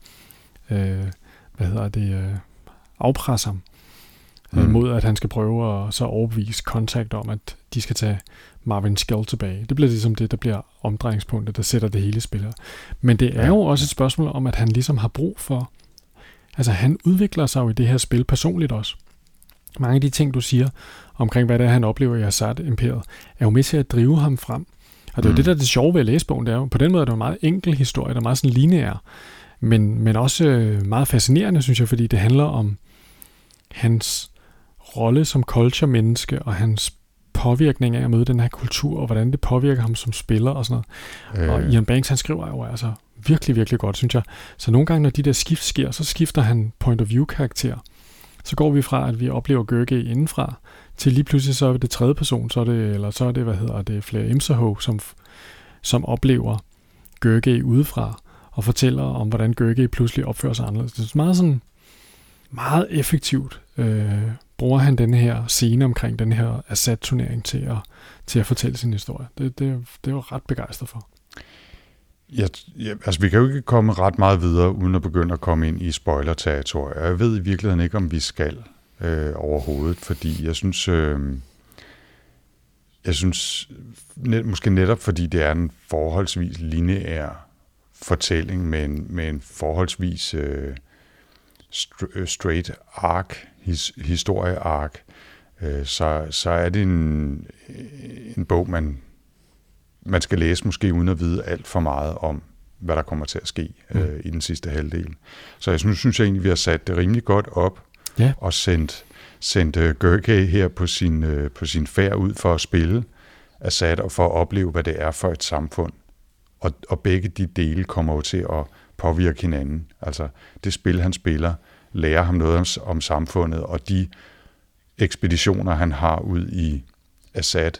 øh, hvad hedder det, øh, afpresse ham, mm. øh, mod at han skal prøve at så overbevise Contact om, at de skal tage Marvin Skell tilbage. Det bliver ligesom det, der bliver omdrejningspunktet, der sætter det hele i spil. Men det er jo også et spørgsmål om, at han ligesom har brug for, altså han udvikler sig jo i det her spil personligt også. Mange af de ting, du siger omkring, hvad det er, han oplever i Assad-imperiet, er jo med til at drive ham frem. Og det er jo mm. det, der er det sjove ved at læse bogen. Det er jo, på den måde er det en meget enkel historie, der er meget sådan lineær, men, men også meget fascinerende, synes jeg, fordi det handler om hans rolle som culture-menneske, og hans påvirkning af at møde den her kultur, og hvordan det påvirker ham som spiller, og sådan noget. Øh. Og Ian Banks, han skriver jo altså virkelig, virkelig godt, synes jeg. Så nogle gange, når de der skift sker, så skifter han point of view-karakter. Så går vi fra, at vi oplever Gurke indenfra, til lige pludselig så er det tredje person, så er det, eller så er det, hvad hedder det, Flair Imsaho, som, som oplever Gurke udefra, og fortæller om, hvordan Gurke pludselig opfører sig anderledes. Det er meget sådan, meget effektivt, øh, bruger han den her scene omkring den her Assad-turnering til at, til at fortælle sin historie. Det, det, det er jo ret begejstret for. Ja, ja, altså vi kan jo ikke komme ret meget videre, uden at begynde at komme ind i spoiler-territorier. Jeg ved i virkeligheden ikke, om vi skal øh, overhovedet, fordi jeg synes, øh, jeg synes net, måske netop fordi det er en forholdsvis lineær fortælling med en, med en forholdsvis øh, straight arc, his, historie-arc, øh, så, så er det en, en bog, man man skal læse måske uden at vide alt for meget om, hvad der kommer til at ske mm. øh, i den sidste halvdel. Så jeg synes, synes jeg egentlig, vi har sat det rimelig godt op ja. og sendt, sendt uh, Gergely her på sin, uh, på sin færd ud for at spille Assad og for at opleve, hvad det er for et samfund. Og, og begge de dele kommer jo til at påvirke hinanden. Altså det spil, han spiller, lærer ham noget om, om samfundet, og de ekspeditioner, han har ud i Assad,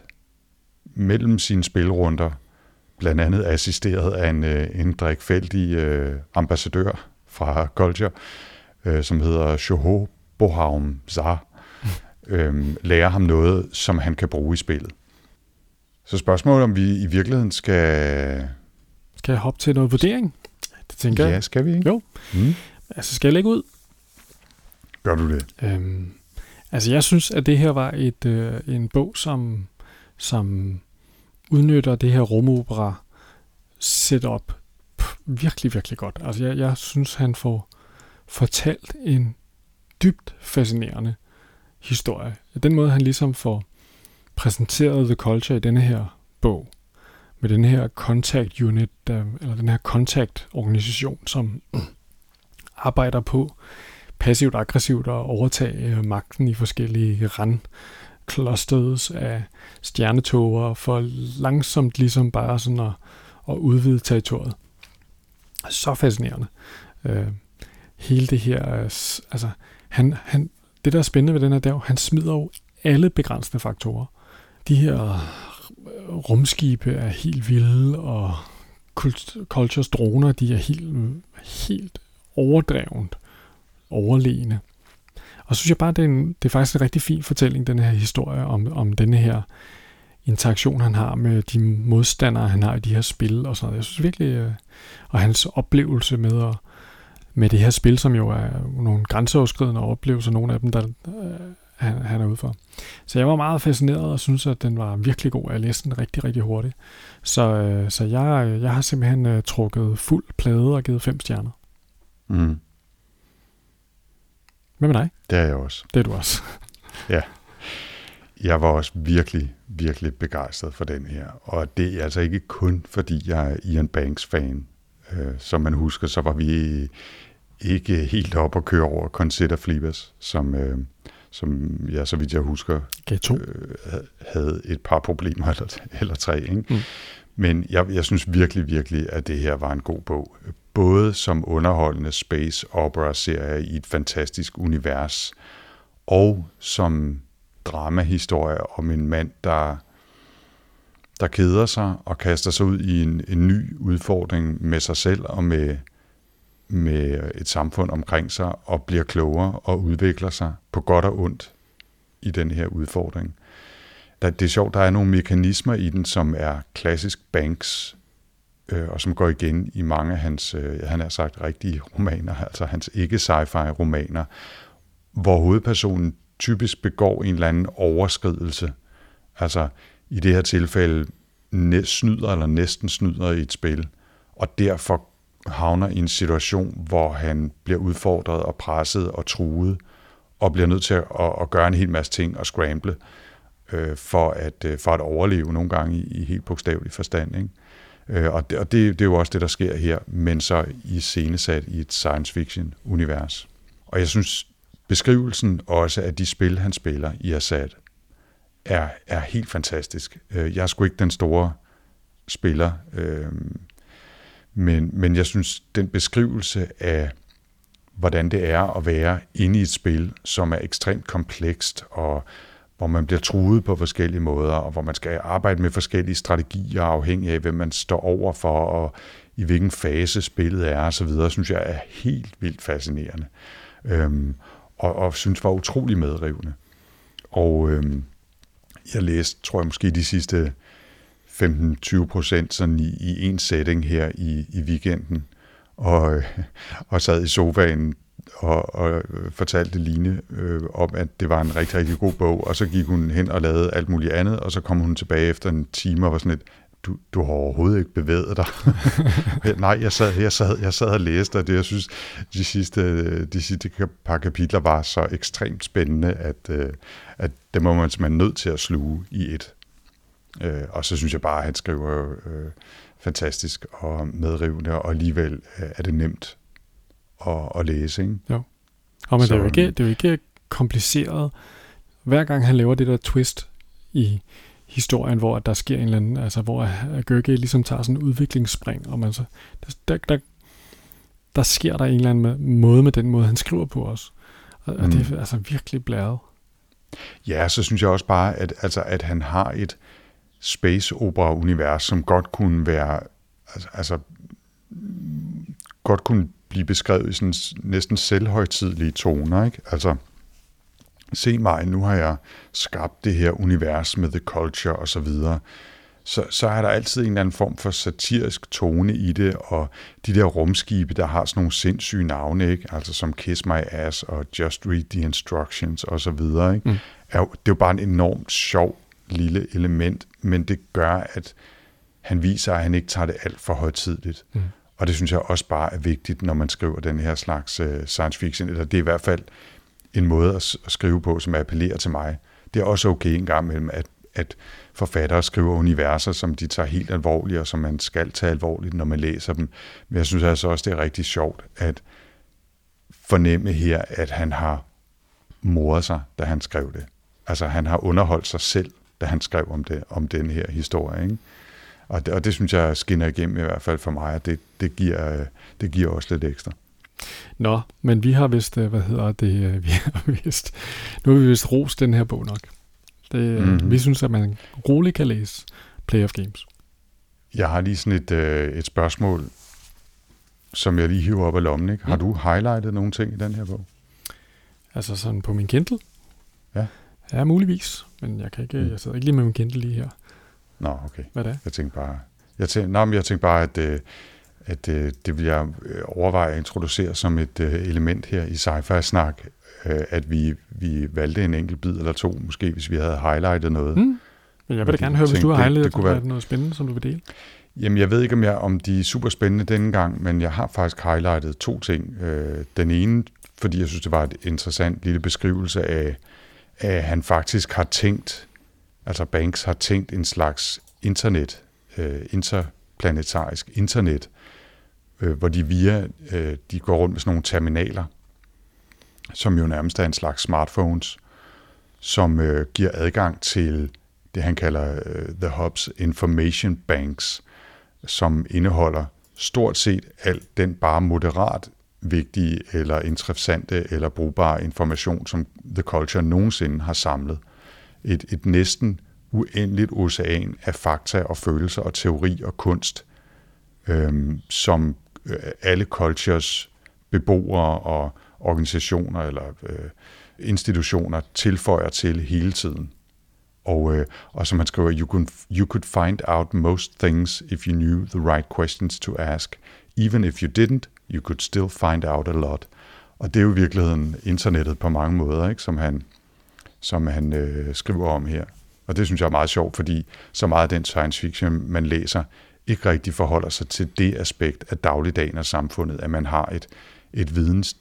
mellem sine spilrunder, blandt andet assisteret af en, en drikfældig øh, ambassadør fra Culture, øh, som hedder Shoho Bohaum Zar, øh, lærer ham noget, som han kan bruge i spillet. Så spørgsmålet om vi i virkeligheden skal... Skal jeg hoppe til noget vurdering? Det tænker jeg. Ja, skal vi ikke? Jo. Mm. Altså, skal jeg lægge ud? Gør du det? Øhm, altså, jeg synes, at det her var et øh, en bog, som... som udnytter det her rumopera setup virkelig, virkelig godt. Altså jeg, jeg synes, han får fortalt en dybt fascinerende historie. Den måde, han ligesom får præsenteret The Culture i denne her bog, med den her contact unit, der, eller den her contact organisation, som arbejder på passivt aggressivt at overtage magten i forskellige rand clusters af stjernetoger for langsomt ligesom bare sådan at, at udvide territoriet. Så fascinerende. Øh, hele det her, altså han, han, det der er spændende ved den her dag, han smider jo alle begrænsende faktorer. De her rumskibe er helt vilde, og Cultures droner, de er helt, helt overdrevent overlegne. Og så synes jeg bare, det er, en, det er faktisk en rigtig fin fortælling, den her historie om, om denne her interaktion, han har med de modstandere, han har i de her spil og sådan noget. Jeg synes virkelig, og hans oplevelse med, at, med det her spil, som jo er nogle grænseoverskridende oplevelser, nogle af dem, der øh, han, han er ude for. Så jeg var meget fascineret og synes, at den var virkelig god. Jeg læste den rigtig, rigtig hurtigt. Så, øh, så jeg, jeg har simpelthen øh, trukket fuld plade og givet fem stjerner. Mm. Hvad med dig? Det er jeg også. Det er du også. Ja. Jeg var også virkelig, virkelig begejstret for den her. Og det er altså ikke kun, fordi jeg er Ian Banks-fan. Øh, som man husker, så var vi ikke helt op at køre over Consider Phlebas, som, øh, som ja, så vidt jeg husker, øh, havde et par problemer, eller, eller tre. Ikke? Mm. Men jeg, jeg synes virkelig, virkelig, at det her var en god bog. Både som underholdende space opera-serie i et fantastisk univers, og som dramahistorie om en mand, der, der keder sig og kaster sig ud i en, en ny udfordring med sig selv og med, med et samfund omkring sig, og bliver klogere og udvikler sig på godt og ondt i den her udfordring. Det er sjovt, der er nogle mekanismer i den, som er klassisk Banks, øh, og som går igen i mange af hans, øh, han har sagt, rigtige romaner, altså hans ikke-sci-fi-romaner, hvor hovedpersonen typisk begår en eller anden overskridelse. Altså i det her tilfælde snyder eller næsten snyder i et spil, og derfor havner i en situation, hvor han bliver udfordret og presset og truet, og bliver nødt til at, at gøre en hel masse ting og scramble, øh, for, at, øh, for at overleve nogle gange i, i helt bogstavelig forstand. Ikke? Øh, og det, og det, det er jo også det, der sker her, men så iscenesat i et science fiction univers. Og jeg synes, beskrivelsen også af de spil, han spiller i Assad, er, er helt fantastisk. Jeg er sgu ikke den store spiller, øh, men, men jeg synes, den beskrivelse af, hvordan det er at være inde i et spil, som er ekstremt komplekst, og hvor man bliver truet på forskellige måder, og hvor man skal arbejde med forskellige strategier, afhængig af, hvem man står over for, og i hvilken fase spillet er, og så videre, synes jeg er helt vildt fascinerende. Øhm, og, og synes var utrolig medrivende. Og øhm, jeg læste, tror jeg måske de sidste femten til tyve procent sådan i, i en setting her i, i weekenden, og, og sad i sofaen og, og fortalte Line øh, om, at det var en rigtig, rigtig god bog, og så gik hun hen og lavede alt muligt andet, og så kom hun tilbage efter en time og var sådan lidt, du, du har overhovedet ikke bevæget dig. Nej, jeg sad, jeg, sad, jeg sad og læste, og det, jeg synes, de sidste, de sidste par kapitler var så ekstremt spændende, at, at det må man simpelthen nødt til at sluge i et. Og så synes jeg bare, at han skriver øh, fantastisk og medrivende, og alligevel er det nemt at, at læse. Ikke? Jo. Og men så, det, er jo ikke, det er jo ikke kompliceret. Hver gang han laver det der twist i historien, hvor der sker en eller anden, altså hvor Gurgay ligesom tager sådan en udviklingsspring, og man så, der, der, der sker der en eller anden måde med den måde, han skriver på os. Og, mm. og det er altså virkelig blæret. Ja, så synes jeg også bare, at, altså, at han har et space opera univers, som godt kunne være, altså, altså godt kunne blive beskrevet i sådan næsten selvhøjtidelige toner, ikke? Altså, se mig, nu har jeg skabt det her univers med the culture og så videre. Så, så er der altid en eller anden form for satirisk tone i det, og de der rumskibe, der har sådan nogle sindssyge navne, ikke? Altså som Kiss My Ass og Just Read the Instructions og så videre, ikke? Mm. Er, det er jo bare en enormt sjov lille element, men det gør, at han viser, at han ikke tager det alt for højtideligt. Mm. Og det synes jeg også bare er vigtigt, når man skriver den her slags uh, science fiction, eller det er i hvert fald en måde at skrive på, som appellerer til mig. Det er også okay en gang imellem, at, at forfattere skriver universer, som de tager helt alvorligt, og som man skal tage alvorligt, når man læser dem. Men jeg synes altså også, det er rigtig sjovt at fornemme her, at han har moret sig, da han skrev det. Altså, han har underholdt sig selv, da han skrev om, det, om den her historie, ikke? Og det, og det synes jeg skinner igennem i hvert fald for mig, og det, det, giver, det giver også lidt ekstra. Nå, men vi har vist, hvad hedder det, vi har vist, nu har vi vist rost den her bog nok. Det, mm-hmm. Vi synes, at man roligt kan læse Play of Games. Jeg har lige sådan et, øh, et spørgsmål, som jeg lige hiver op af lommen, ikke? Har mm. du highlightet nogle ting i den her bog? Altså sådan på min Kindle? Ja. Ja, muligvis, men jeg kan ikke, mm. jeg sidder ikke lige med min Kindle lige her. Nå, okay. Hvad er det? Jeg tænkte bare, jeg tænkte, nej, men jeg tænkte bare, at øh, at øh, det vil jeg overveje at introducere som et øh, element her i sci-fi-snak, øh, at vi, vi valgte en enkelt bid eller to, måske hvis vi havde highlightet noget. Mm. Men jeg vil da gerne høre, hvis du har highlightet, det, det være noget spændende, som du vil dele. Jamen, jeg ved ikke, om, jeg, om de er super spændende denne gang, men jeg har faktisk highlightet to ting. Øh, den ene, fordi jeg synes, det var et interessant lille beskrivelse af, at han faktisk har tænkt, altså Banks har tænkt en slags internet, øh, interplanetarisk internet, øh, hvor de via, øh, de går rundt med sådan nogle terminaler, som jo nærmest er en slags smartphones, som øh, giver adgang til det, han kalder øh, The Hub's Information Banks, som indeholder stort set alt den bare moderat vigtige eller interessante eller brugbare information, som The Culture nogensinde har samlet. Et, et næsten uendeligt ocean af fakta og følelser og teori og kunst, øhm, som øh, alle cultures beboere og organisationer eller øh, institutioner tilføjer til hele tiden. Og, øh, og som han skriver, you, can, you could find out most things if you knew the right questions to ask. Even if you didn't, you could still find out a lot. Og det er jo i virkeligheden internettet på mange måder, ikke? som han, som han øh, skriver om her. Og det synes jeg er meget sjovt, fordi så meget af den science fiction, man læser, ikke rigtig forholder sig til det aspekt af dagligdagen og samfundet, at man har et, et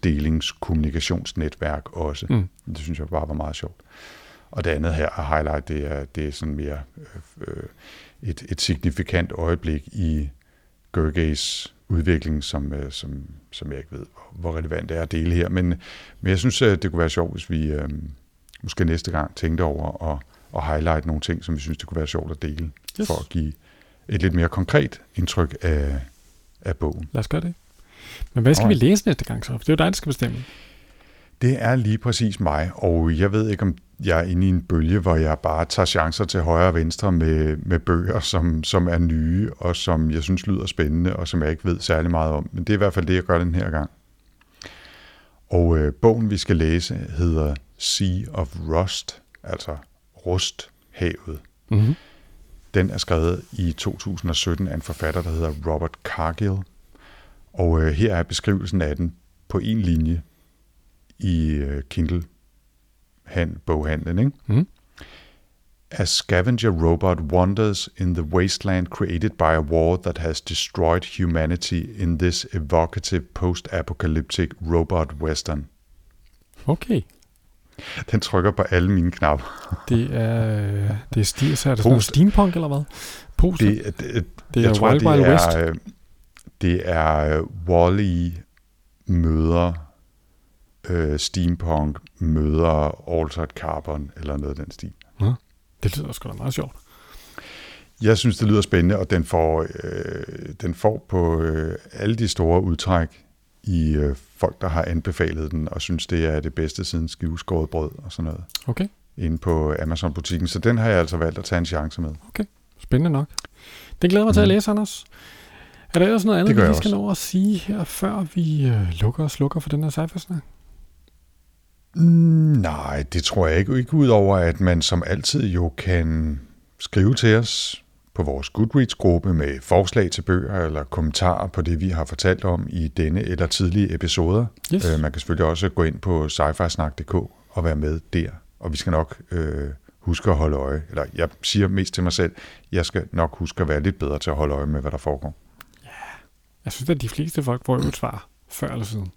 vidensdelingskommunikationsnetværk også. Mm. Det synes jeg bare var meget sjovt. Og det andet her, highlight, det er, det er sådan mere øh, et, et signifikant øjeblik i Gurgays udvikling, som, øh, som, som jeg ikke ved, hvor relevant det er at dele her. Men, men jeg synes, det kunne være sjovt, hvis vi øh, måske næste gang tænkte over at, at highlight nogle ting, som vi synes, det kunne være sjovt at dele, yes. for at give et lidt mere konkret indtryk af, af bogen. Lad os gøre det. Men hvad skal okay. vi læse næste gang så? For det er jo dig, der skal bestemme. Det er lige præcis mig, og jeg ved ikke, om jeg er inde i en bølge, hvor jeg bare tager chancer til højre og venstre med, med bøger, som, som er nye, og som jeg synes lyder spændende, og som jeg ikke ved særlig meget om. Men det er i hvert fald det, jeg gør den her gang. Og øh, bogen, vi skal læse, hedder Sea of Rust, altså Rusthavet. Mm-hmm. Den er skrevet i to tusind og sytten af en forfatter, der hedder Robert Cargill. Og øh, her er beskrivelsen af den på en linje i øh, Kindle-boghandlen. Ikke? Mm. A scavenger robot wanders in the wasteland created by a war that has destroyed humanity in this evocative post-apocalyptic robot western. Okay. Den trykker på alle mine knapper. Det er, det er, stil, så er det sådan noget steampunk, eller hvad? Post, Det, det, det, det jeg er tror, Wild det Wild er, West. øh, det er Wall-E møder øh, steampunk, møder Altered Carbon, eller noget af den stil. Ja, det lyder sgu da meget sjovt. Jeg synes, det lyder spændende, og den får, øh, den får på øh, alle de store udtræk i øh, folk, der har anbefalet den, og synes, det er det bedste siden skiveskåret brød og sådan noget. Okay. Inde på Amazon-butikken. Så den har jeg altså valgt at tage en chance med. Okay, spændende nok. Det glæder mig til at læse, Anders. Er der ellers noget andet, vi lige skal nå at sige her, før vi øh, lukker og slukker for den her sci-fi-snak? Mm, nej, det tror jeg ikke. Ikke udover, at man som altid jo kan skrive til os på vores Goodreads-gruppe med forslag til bøger eller kommentarer på det, vi har fortalt om i denne eller tidlige episoder. Yes. Øh, man kan selvfølgelig også gå ind på sci fi snak punktum d k og være med der. Og vi skal nok øh, huske at holde øje. Eller jeg siger mest til mig selv, jeg skal nok huske at være lidt bedre til at holde øje med, hvad der foregår. Ja, jeg synes, at de fleste folk får jo et svar før eller siden.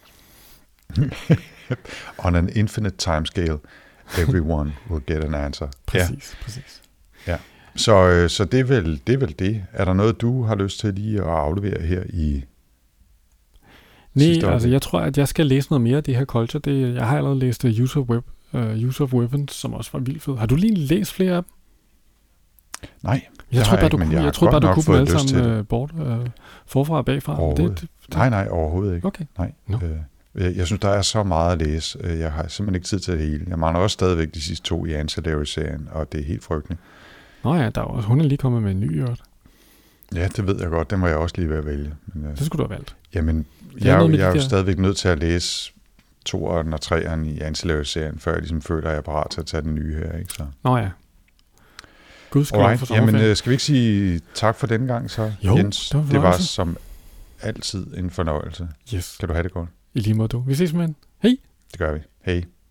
On an infinite timescale, everyone will get an answer. Præcis, ja. præcis. Ja. Så, øh, så det, er vel, det er vel det. Er der noget, du har lyst til lige at aflevere her i Nej, altså jeg tror, at jeg skal læse noget mere af det her culture. Det, jeg har allerede læst uh, Use of, Web, uh, Use of Weapons, som også var vildt fed. Har du lige læst flere af dem? Nej, jeg tror bare, du ikke, kunne, jeg, jeg tror bare, du kunne dem alle sammen uh, bort uh, forfra og bagfra. Det, det, det. Nej, nej, overhovedet ikke. Okay. Nej. No. Øh, jeg, jeg synes, der er så meget at læse. Jeg har simpelthen ikke tid til det hele. Jeg mangler også stadigvæk de sidste to i Ancillary-serien, og det er helt frygteligt. Nå ja, der er også, hun er lige kommet med en ny øvrigt. Ja, det ved jeg godt. Den må jeg også lige være at vælge. Men, det skulle du have valgt. Jamen, jeg, jeg, jeg er jo stadigvæk nødt til at læse toeren og treeren i Ancillary-serien, før jeg ligesom føler, at jeg er parat til at tage den nye her. Ikke? Så. Nå ja. Gud skal Alright. For jamen, skal vi ikke sige tak for denne gang så, jo, Jens? Det var, det var som altid en fornøjelse. Yes. Kan du have det godt? I lige måde du. Vi ses med en. Hej. Det gør vi. Hej.